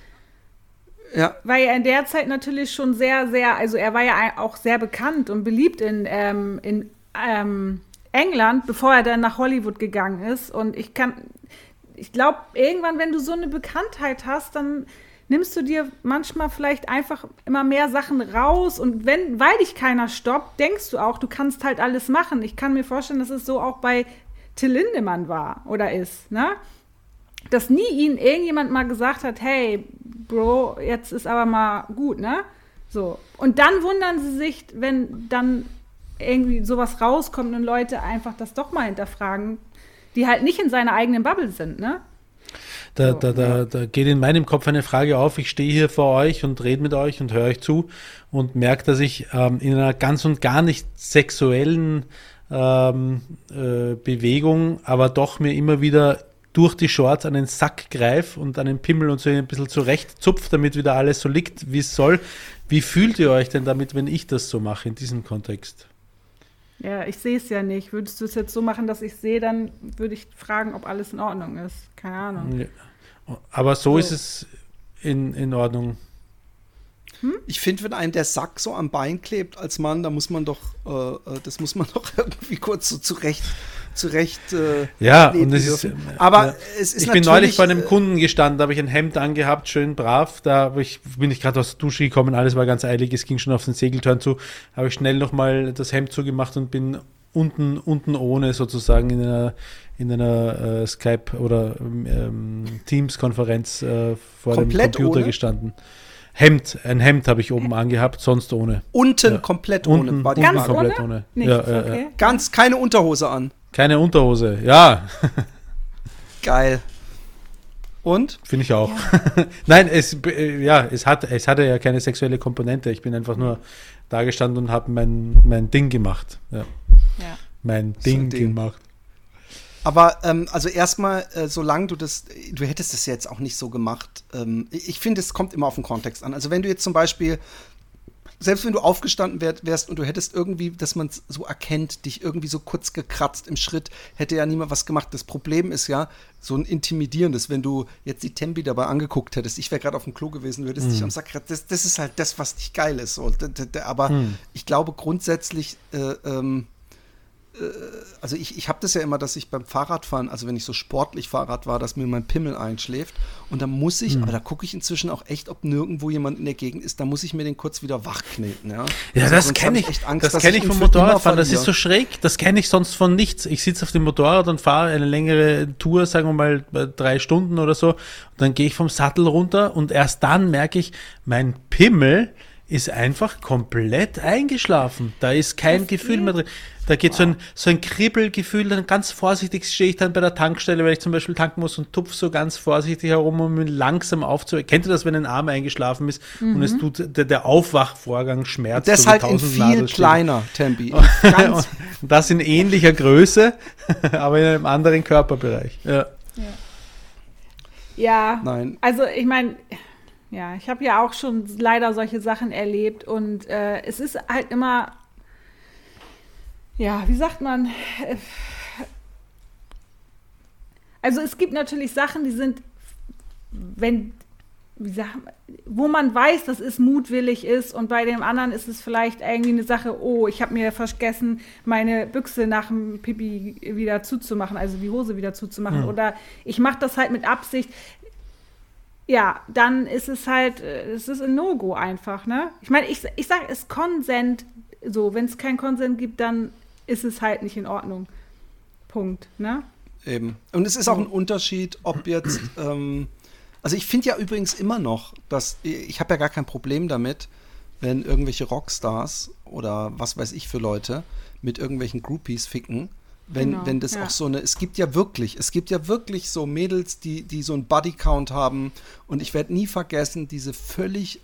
ja, Weil er in der Zeit natürlich schon sehr, sehr, also er war ja ein- auch sehr bekannt und beliebt in, ähm, in ähm, England, bevor er dann nach Hollywood gegangen ist. Und ich kann, ich glaube, irgendwann, wenn du so eine Bekanntheit hast, dann nimmst du dir manchmal vielleicht einfach immer mehr Sachen raus und wenn, weil dich keiner stoppt, denkst du auch, du kannst halt alles machen. Ich kann mir vorstellen, dass es so auch bei Till Lindemann war oder ist, ne? Dass nie ihnen irgendjemand mal gesagt hat, hey, Bro, jetzt ist aber mal gut, ne? So. Und dann wundern sie sich, wenn dann irgendwie sowas rauskommt und Leute einfach das doch mal hinterfragen, die halt nicht in seiner eigenen Bubble sind, ne? Da, da, da, da geht in meinem Kopf eine Frage auf, ich stehe hier vor euch und rede mit euch und höre euch zu und merke, dass ich ähm, in einer ganz und gar nicht sexuellen ähm, äh, Bewegung, aber doch mir immer wieder durch die Shorts an den Sack greife und an den Pimmel und so ein bisschen zurecht zupf, damit wieder alles so liegt, wie es soll. Wie fühlt ihr euch denn damit, wenn ich das so mache in diesem Kontext? Ja, ich sehe es ja nicht. Würdest du es jetzt so machen, dass ich sehe, dann würde ich fragen, ob alles in Ordnung ist. Keine Ahnung. Ja. Aber so, So. ist es in, in Ordnung. Ich finde, wenn einem der Sack so am Bein klebt als Mann, da muss man doch, äh, das muss man doch irgendwie kurz so zurecht, zurecht äh, Ja, leben und es ist, dürfen. Aber ja. es ist ich bin neulich bei einem äh, Kunden gestanden, da habe ich ein Hemd angehabt, schön brav, da hab ich, bin ich gerade aus der Dusche gekommen, alles war ganz eilig, es ging schon auf den Segeltörn zu, habe ich schnell nochmal das Hemd zugemacht und bin unten, unten ohne sozusagen in einer, in einer äh, Skype- oder ähm, Teams-Konferenz äh, vor Komplett dem Computer ohne? gestanden. Hemd, ein Hemd habe ich oben angehabt, sonst ohne. unten Ja. komplett Unten, ohne. War die unten Ganz Frage. komplett ohne? ohne. Nichts, Ja, ja, okay. ja. Ganz keine Unterhose an. Keine Unterhose, ja, Geil. Und? finde ich auch. Nein, es, äh, ja, es, hat, es hatte ja keine sexuelle Komponente. Ich bin einfach nur da gestanden und habe mein, mein Ding gemacht. Ja. Ja. Mein So ein Ding, Ding. gemacht. Aber ähm, also erstmal, äh, solange du das, du hättest es jetzt auch nicht so gemacht. Ähm, ich ich finde, es kommt immer auf den Kontext an. Also wenn du jetzt zum Beispiel, selbst wenn du aufgestanden wär, wärst und du hättest irgendwie, dass man es so erkennt, dich irgendwie so kurz gekratzt im Schritt, hätte ja niemand was gemacht. Das Problem ist ja so ein intimidierendes, wenn du jetzt die Tempi dabei angeguckt hättest, ich wäre gerade auf dem Klo gewesen, du hättest dich am Sack gekratzt, das, das ist halt das, was nicht geil ist. So. D- d- d- Aber Hm. ich glaube grundsätzlich, äh, ähm, also ich, ich habe das ja immer, dass ich beim Fahrradfahren, also wenn ich so sportlich Fahrrad war, dass mir mein Pimmel einschläft und dann muss ich, Hm. aber da gucke ich inzwischen auch echt, ob nirgendwo jemand in der Gegend ist, da muss ich mir den kurz wieder wachkneten, ja. Ja, Also das sonst kenne hab ich. echt Angst, Das dass kenne ich ihn vom für immer Motorradfahren. Das ist so verliere. schräg. Das kenne ich sonst von nichts. Ich sitze auf dem Motorrad und fahre eine längere Tour, sagen wir mal äh, drei Stunden oder so. Und dann gehe ich vom Sattel runter und erst dann merke ich, mein Pimmel ist einfach komplett eingeschlafen. Da ist kein Gefühl mehr drin. Da geht so ein, so ein Kribbelgefühl, dann ganz vorsichtig stehe ich dann bei der Tankstelle, wenn ich zum Beispiel tanken muss und tupf so ganz vorsichtig herum, um ihn langsam aufzuwecken. Kennt ihr das, wenn ein Arm eingeschlafen ist und es tut, der, der Aufwachvorgang schmerzt? Das so wie halt in tausend viel Nadelstiche. kleiner, Tempi. In ganz, Und das in ähnlicher Größe, aber in einem anderen Körperbereich. Ja. Ja, Nein. also ich meine, ja, ich habe ja auch schon leider solche Sachen erlebt und äh, es ist halt immer, ja, wie sagt man, äh, also es gibt natürlich Sachen, die sind, wenn, wie sagt man, wo man weiß, dass es mutwillig ist und bei dem anderen ist es vielleicht irgendwie eine Sache, oh, ich habe mir vergessen, meine Büchse nach dem Pipi wieder zuzumachen, also die Hose wieder zuzumachen Hm. oder ich mache das halt mit Absicht. Ja, dann ist es halt, äh, es ist ein No-Go einfach, ne? Ich meine, ich, ich sage, es ist Konsent, so, wenn es keinen Konsent gibt, dann ist es halt nicht in Ordnung. Punkt, ne? Eben. Und es ist auch ein Unterschied, ob jetzt, ähm, also ich finde ja übrigens immer noch, dass, ich habe ja gar kein Problem damit, wenn irgendwelche Rockstars oder was weiß ich für Leute mit irgendwelchen Groupies ficken, wenn, Genau, wenn das ja. auch so eine, es gibt ja wirklich, es gibt ja wirklich so Mädels, die, die so einen Bodycount haben und ich werde nie vergessen, diese völlig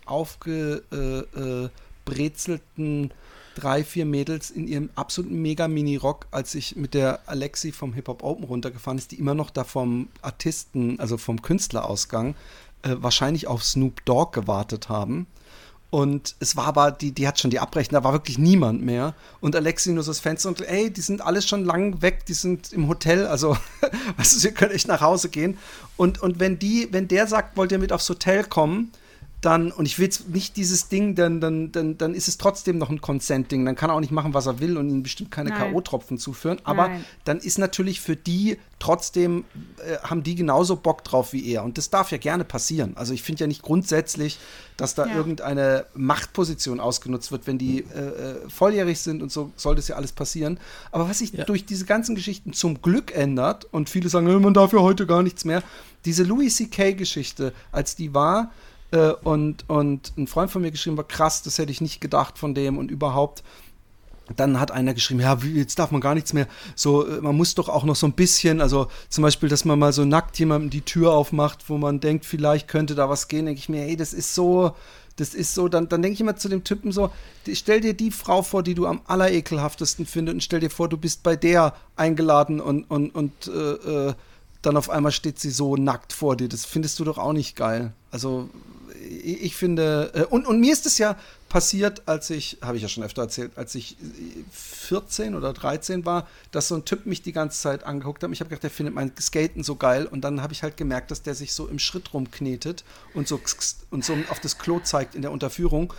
aufgebrezelten drei, vier Mädels in ihrem absoluten Mega-Mini-Rock, als ich mit der Alexi vom Hip-Hop Open runtergefahren ist, die immer noch da vom Artisten, also vom Künstlerausgang, äh, wahrscheinlich auf Snoop Dogg gewartet haben. Und es war aber, die, die hat schon die Abrechnung, da war wirklich niemand mehr. Und Alexi nur so das Fenster und, ey, die sind alles schon lang weg, die sind im Hotel, also, weißt du, sie können echt nach Hause gehen. Und, und wenn die, wenn der sagt, wollt ihr mit aufs Hotel kommen, dann, und ich will jetzt nicht dieses Ding, dann, dann, dann, dann ist es trotzdem noch ein Consent-Ding. Dann kann er auch nicht machen, was er will und ihnen bestimmt keine Nein. K O-Tropfen zuführen. Aber Nein. dann ist natürlich für die trotzdem, äh, haben die genauso Bock drauf wie er. Und das darf ja gerne passieren. Also ich finde ja nicht grundsätzlich, dass da Ja. irgendeine Machtposition ausgenutzt wird. Wenn die äh, äh, volljährig sind und so, soll das ja alles passieren. Aber was sich Ja. durch diese ganzen Geschichten zum Glück ändert, und viele sagen, man darf ja heute gar nichts mehr, diese Louis C K-Geschichte, als die war, Äh, und, und ein Freund von mir geschrieben war, krass, das hätte ich nicht gedacht von dem und überhaupt. Dann hat einer geschrieben, ja, wie, jetzt darf man gar nichts mehr. So, äh, man muss doch auch noch so ein bisschen, also zum Beispiel, dass man mal so nackt jemandem die Tür aufmacht, wo man denkt, vielleicht könnte da was gehen, denke ich mir, ey, das ist so, das ist so, dann, dann denke ich immer zu dem Typen so, die, stell dir die Frau vor, die du am allerekelhaftesten findest und stell dir vor, du bist bei der eingeladen und, und, und äh, äh, dann auf einmal steht sie so nackt vor dir. Das findest du doch auch nicht geil. Also ich, ich finde, äh, und, und mir ist es ja passiert, als ich, habe ich ja schon öfter erzählt, als ich vierzehn oder dreizehn war, dass so ein Typ mich die ganze Zeit angeguckt hat. Ich habe gedacht, der findet mein Skaten so geil. Und dann habe ich halt gemerkt, dass der sich so im Schritt rumknetet und so, und so auf das Klo zeigt in der Unterführung.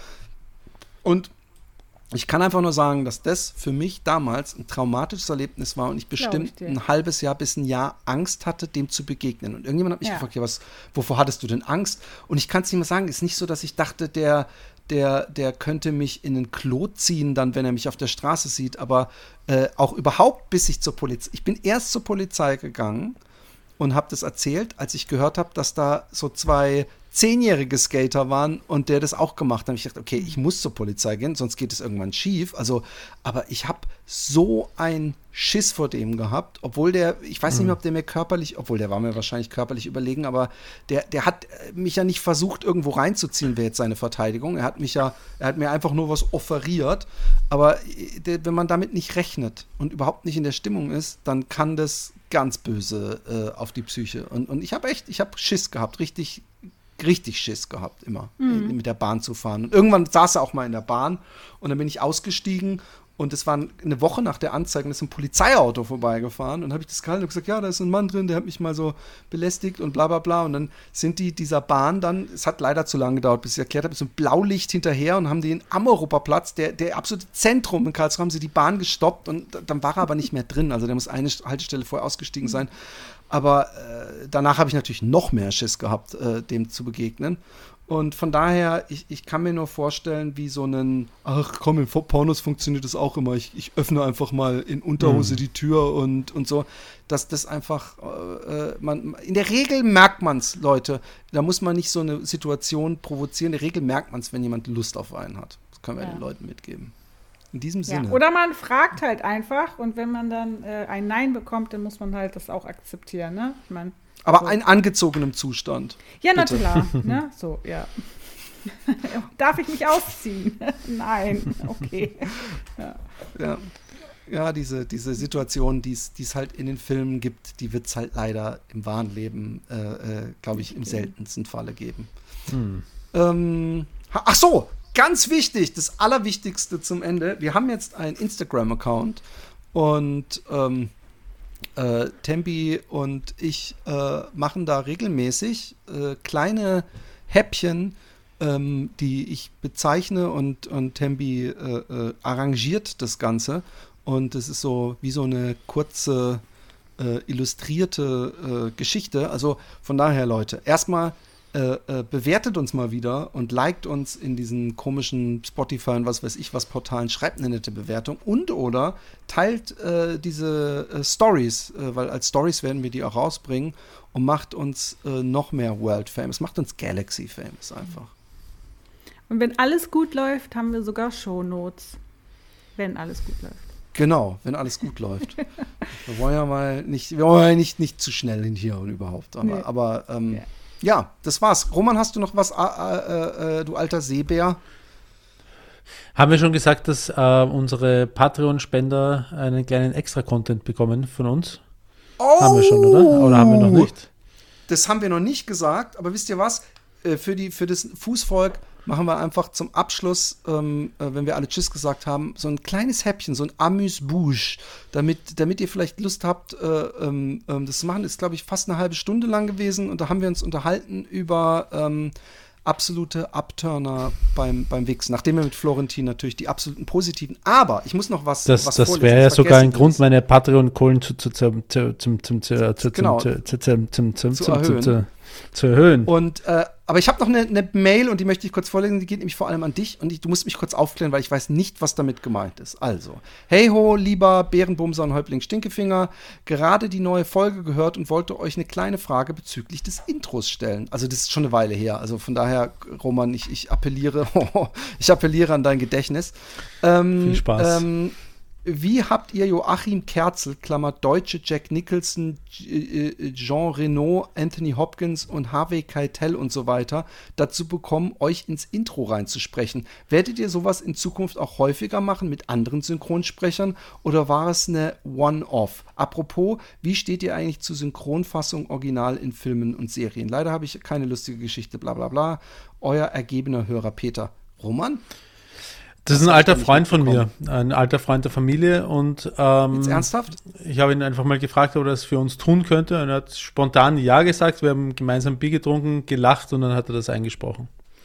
Und ich kann einfach nur sagen, dass das für mich damals ein traumatisches Erlebnis war und ich bestimmt ich dir. ein halbes Jahr bis ein Jahr Angst hatte, dem zu begegnen. Und irgendjemand hat mich Ja. gefragt, ja, was, wovor hattest du denn Angst? Und ich kann es nicht mehr sagen, es ist nicht so, dass ich dachte, der, der, der könnte mich in ein Klo ziehen, dann, wenn er mich auf der Straße sieht, aber äh, auch überhaupt, bis ich zur Polizei, ich bin erst zur Polizei gegangen und habe das erzählt, als ich gehört habe, dass da so zwei zehnjährige Skater waren und der das auch gemacht hat. Ich dachte, okay, ich muss zur Polizei gehen, sonst geht es irgendwann schief. Also, aber ich habe so einen Schiss vor dem gehabt, obwohl der, ich weiß nicht mehr, ob der mir körperlich, obwohl der war mir wahrscheinlich körperlich überlegen, aber der, der hat mich ja nicht versucht, irgendwo reinzuziehen, wäre jetzt seine Verteidigung. Er hat mich ja, er hat mir einfach nur was offeriert. Aber der, wenn man damit nicht rechnet und überhaupt nicht in der Stimmung ist, dann kann das ganz böse äh, auf die Psyche. Und, und ich habe echt, ich habe Schiss gehabt, richtig richtig Schiss gehabt, immer mhm. mit der Bahn zu fahren. Und irgendwann saß er auch mal in der Bahn und dann bin ich ausgestiegen und es war eine Woche nach der Anzeige und ist ein Polizeiauto vorbeigefahren und habe ich das gehalten und gesagt, ja, da ist ein Mann drin, der hat mich mal so belästigt und bla bla bla und dann sind die dieser Bahn dann, es hat leider zu lange gedauert, bis ich erklärt habe, so ein Blaulicht hinterher und haben den am Europaplatz, der, der absolute Zentrum in Karlsruhe, haben sie die Bahn gestoppt und dann war er aber nicht mehr drin, also der muss eine Haltestelle vorher ausgestiegen mhm. sein. Aber äh, danach habe ich natürlich noch mehr Schiss gehabt, äh, dem zu begegnen. Und von daher, ich, ich kann mir nur vorstellen, wie so ein, ach komm, in Pornos funktioniert das auch immer. Ich, ich öffne einfach mal in Unterhose mhm. die Tür und, und so. Dass das einfach, äh, man, in der Regel merkt man es, Leute. Da muss man nicht so eine Situation provozieren. In der Regel merkt man es, wenn jemand Lust auf einen hat. Das können wir ja den Leuten mitgeben. In diesem Sinne. Ja. Oder man fragt halt einfach und wenn man dann äh, ein Nein bekommt, dann muss man halt das auch akzeptieren, ne? Ich mein, aber so. in angezogenem Zustand. Ja, na bitte. klar, ne? So, ja. Darf ich mich ausziehen? Nein, okay. Ja, ja. ja diese, diese Situation, die es halt in den Filmen gibt, die wird es halt leider im wahren Leben, äh, äh, glaube ich, im seltensten Falle geben. Hm. Ähm, ach so! Ganz wichtig, das Allerwichtigste zum Ende. Wir haben jetzt einen Instagram-Account und ähm, äh, Tembi und ich äh, machen da regelmäßig äh, kleine Häppchen, ähm, die ich bezeichne und, und Tembi äh, äh, arrangiert das Ganze. Und es ist so wie so eine kurze äh, illustrierte äh, Geschichte. Also von daher, Leute, erstmal Äh, äh, bewertet uns mal wieder und liked uns in diesen komischen Spotify und was weiß ich was Portalen, schreibt eine nette Bewertung und oder teilt äh, diese äh, Stories, äh, weil als Stories werden wir die auch rausbringen und macht uns äh, noch mehr World Famous, macht uns Galaxy Famous einfach. Und wenn alles gut läuft, haben wir sogar Shownotes. Wenn alles gut läuft. Genau, wenn alles gut läuft. Wir wollen ja mal nicht, wir wollen ja nicht, nicht zu schnell hin hier und überhaupt, aber, nee. aber ähm, ja. Ja, das war's. Roman, hast du noch was, äh, äh, äh, du alter Seebär? Haben wir schon gesagt, dass äh, unsere Patreon-Spender einen kleinen Extra-Content bekommen von uns? Oh! Haben wir schon, oder? Oder haben wir noch nicht? Das haben wir noch nicht gesagt, aber wisst ihr was? Äh, für, die, für das Fußvolk machen wir einfach zum Abschluss, ähm, äh, wenn wir alle Tschüss gesagt haben, so ein kleines Häppchen, so ein Amuse-Bouche, damit, damit ihr vielleicht Lust habt, äh, ähm, ähm, das zu machen. Ist, glaube ich, fast eine halbe Stunde lang gewesen und da haben wir uns unterhalten über ähm, absolute Abturner beim, beim Wichsen. Nachdem wir mit Florentin natürlich die absoluten positiven. Aber ich muss noch was Das, was das vorlesen, wäre ja das sogar ein vergessen Grund, ist. meine Patreon-Kohlen zu, zu, zu, zu, zum, zum, zu, zu, Genau. zum, zu, zum, zum, zum, Zu zum, erhöhen. zu, zu erhöhen. Und, äh, aber ich habe noch eine, eine Mail und die möchte ich kurz vorlesen, die geht nämlich vor allem an dich und ich, du musst mich kurz aufklären, weil ich weiß nicht, was damit gemeint ist. Also, hey ho, lieber Bärenbumser und Häuptling Stinkefinger, gerade die neue Folge gehört und wollte euch eine kleine Frage bezüglich des Intros stellen. Also das ist schon eine Weile her, also von daher, Roman, ich, ich appelliere, ich appelliere an dein Gedächtnis. Ähm, Viel Spaß. Ähm, Wie habt ihr Joachim Kerzel, Klammer Deutsche, Jack Nicholson, J- Jean Reno, Anthony Hopkins und Harvey Keitel und so weiter dazu bekommen, euch ins Intro reinzusprechen? Werdet ihr sowas in Zukunft auch häufiger machen mit anderen Synchronsprechern oder war es eine One-Off? Apropos, wie steht ihr eigentlich zu Synchronfassung original in Filmen und Serien? Leider habe ich keine lustige Geschichte, bla bla bla. Euer ergebener Hörer Peter. Roman? Das ist Das ein hab ich alter gar nicht Freund von mir, mitbekommen. ein alter Freund der Familie und ähm, Jetzt ernsthaft? ich habe ihn einfach mal gefragt, ob er das für uns tun könnte und er hat spontan Ja gesagt, wir haben gemeinsam Bier getrunken, gelacht und dann hat er das eingesprochen.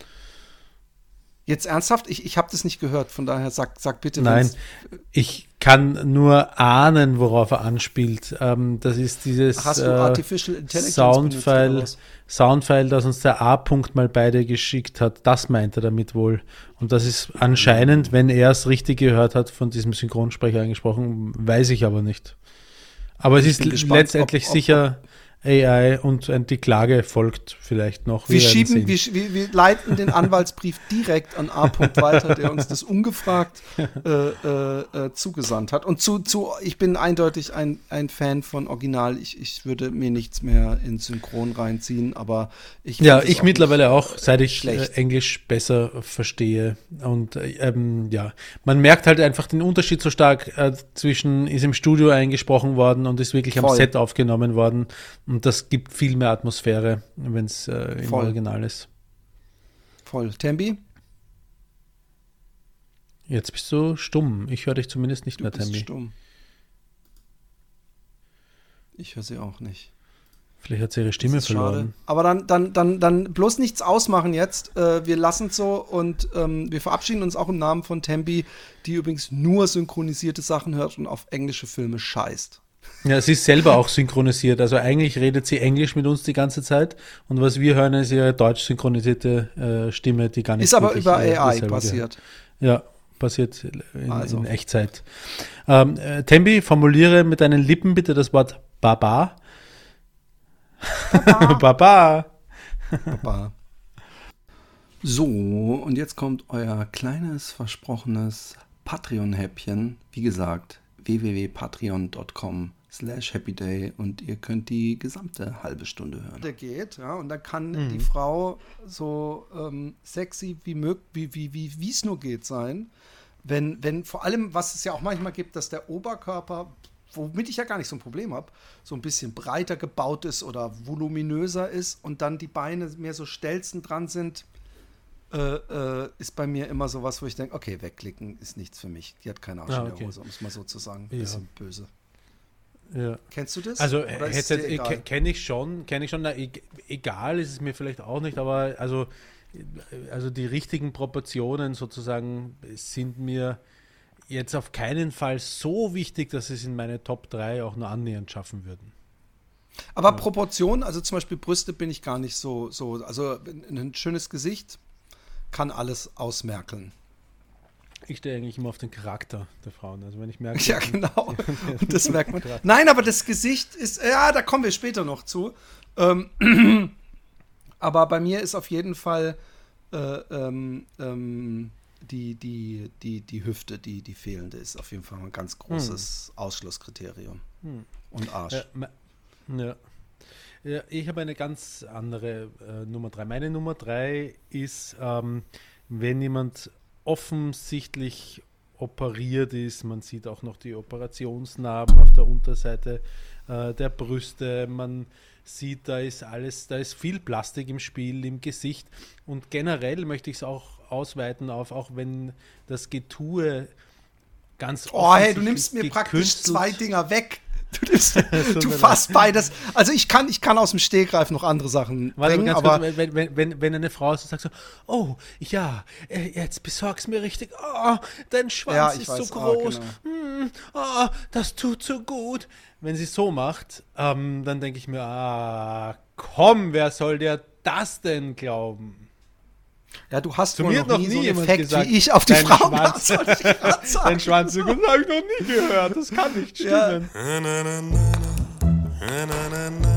Jetzt ernsthaft? Ich, ich habe das nicht gehört, von daher sag, sag bitte. Nein, wenn's- ich kann nur ahnen, worauf er anspielt. Ähm, das ist dieses Hast du äh, Artificial Intelligence benutzt oder Soundfile, was? Soundfile, das uns der A-Punkt mal beide geschickt hat. Das meint er damit wohl. Und das ist anscheinend, wenn er es richtig gehört hat, von diesem Synchronsprecher eingesprochen, weiß ich aber nicht. Aber es Ich ist bin gespannt, letztendlich ob- ob- sicher A I und äh, die Klage folgt vielleicht noch. Wir, werden schieben, sehen. wir, sch- wir, wir leiten den Anwaltsbrief direkt an A. weiter, der uns das ungefragt äh, äh, äh, zugesandt hat. Und zu, zu ich bin eindeutig ein, ein Fan von Original. Ich, ich würde mir nichts mehr in Synchron reinziehen, aber ich Ja, find es ich mittlerweile nicht, auch, seit ich schlecht. äh, Englisch besser verstehe. Und äh, ähm, ja, man merkt halt einfach den Unterschied so stark äh, zwischen ist im Studio eingesprochen worden und ist wirklich am Voll. Set aufgenommen worden. Und das gibt viel mehr Atmosphäre, wenn es äh, im Voll. Original ist. Voll. Tembi? Jetzt bist du stumm. Ich höre dich zumindest nicht Du mehr, bist Tammy. stumm. Ich höre sie auch nicht. Vielleicht hat sie ihre Stimme Das ist schade. verloren. Aber dann, dann, dann, dann bloß nichts ausmachen jetzt. Äh, wir lassen es so und ähm, wir verabschieden uns auch im Namen von Tembi, die übrigens nur synchronisierte Sachen hört und auf englische Filme scheißt. Ja, sie ist selber auch synchronisiert. Also eigentlich redet sie Englisch mit uns die ganze Zeit. Und was wir hören, ist ihre deutsch synchronisierte äh, Stimme, die gar nicht Ist aber wirklich, über äh, A I wir selber passiert. gehört. Ja, passiert in, Also. in Echtzeit. Ähm, äh, Tembi, formuliere mit deinen Lippen bitte das Wort Baba. Baba. Baba. Papa. So, und jetzt kommt euer kleines, versprochenes Patreon-Häppchen. Wie gesagt, w w w punkt patreon punkt com slash happyday und ihr könnt die gesamte halbe Stunde hören. Der geht, ja, und dann kann Mhm. die Frau so ähm, sexy wie mög wie wie wie wie es nur geht sein, wenn wenn vor allem, was es ja auch manchmal gibt, dass der Oberkörper, womit ich ja gar nicht so ein Problem habe, so ein bisschen breiter gebaut ist oder voluminöser ist und dann die Beine mehr so stelzen dran sind, äh, äh, ist bei mir immer sowas, wo ich denke, okay, wegklicken ist nichts für mich. Die hat keine Arsch Ah, in der okay. Hose, um es mal so zu sagen. Ja. Bisschen böse. Ja. Kennst du das? Also Oder ist es dir egal? kenne ich schon, kenne ich schon. Na, e egal ist es mir vielleicht auch nicht, aber also, also die richtigen Proportionen sozusagen sind mir jetzt auf keinen Fall so wichtig, dass es in meine Top drei auch nur annähernd schaffen würden. Aber Proportionen, also zum Beispiel Brüste bin ich gar nicht so, so also ein schönes Gesicht kann alles ausmerkeln. Ich stehe eigentlich immer auf den Charakter der Frauen. Also wenn ich merke, Ja, genau. Und das merkt man. Nein, aber das Gesicht ist, ja, da kommen wir später noch zu. Ähm, aber bei mir ist auf jeden Fall äh, ähm, ähm, die, die, die, die Hüfte, die, die fehlende, ist auf jeden Fall ein ganz großes hm. Ausschlusskriterium. Hm. Und Arsch. Ja, ja. Ja, ich habe eine ganz andere äh, Nummer drei. Meine Nummer drei ist, ähm, wenn jemand offensichtlich operiert ist, man sieht auch noch die Operationsnarben auf der Unterseite äh, der Brüste, man sieht, da ist alles, da ist viel Plastik im Spiel, im Gesicht und generell möchte ich es auch ausweiten auf, auch wenn das Getue ganz oh, hey, du nimmst mir gekünstelt- praktisch zwei Dinger weg. Du, nimmst, du fasst beides. Also ich kann, ich kann aus dem Stegreif noch andere Sachen Warte, bringen, ganz aber kurz, wenn, wenn, wenn, wenn eine Frau so sagt so, oh, ja, äh, jetzt besorg's mir richtig, oh, dein Schwanz Ja, ich ist weiß, so ah, groß, genau. hm, oh, das tut so gut. Wenn sie so macht, ähm, dann denke ich mir, ah, komm, wer soll dir das denn glauben? ja, du hast Zu wohl mir hat noch noch nie nie so einen jemand Effekt gesagt, wie ich auf die dein Frauen. Schwanz, Das wollte ich gerade sagen. dein Schwanz so gut, das habe ich noch nie gehört, das kann nicht Ja. stimmen. Na, na, na, na, na, na, na, na.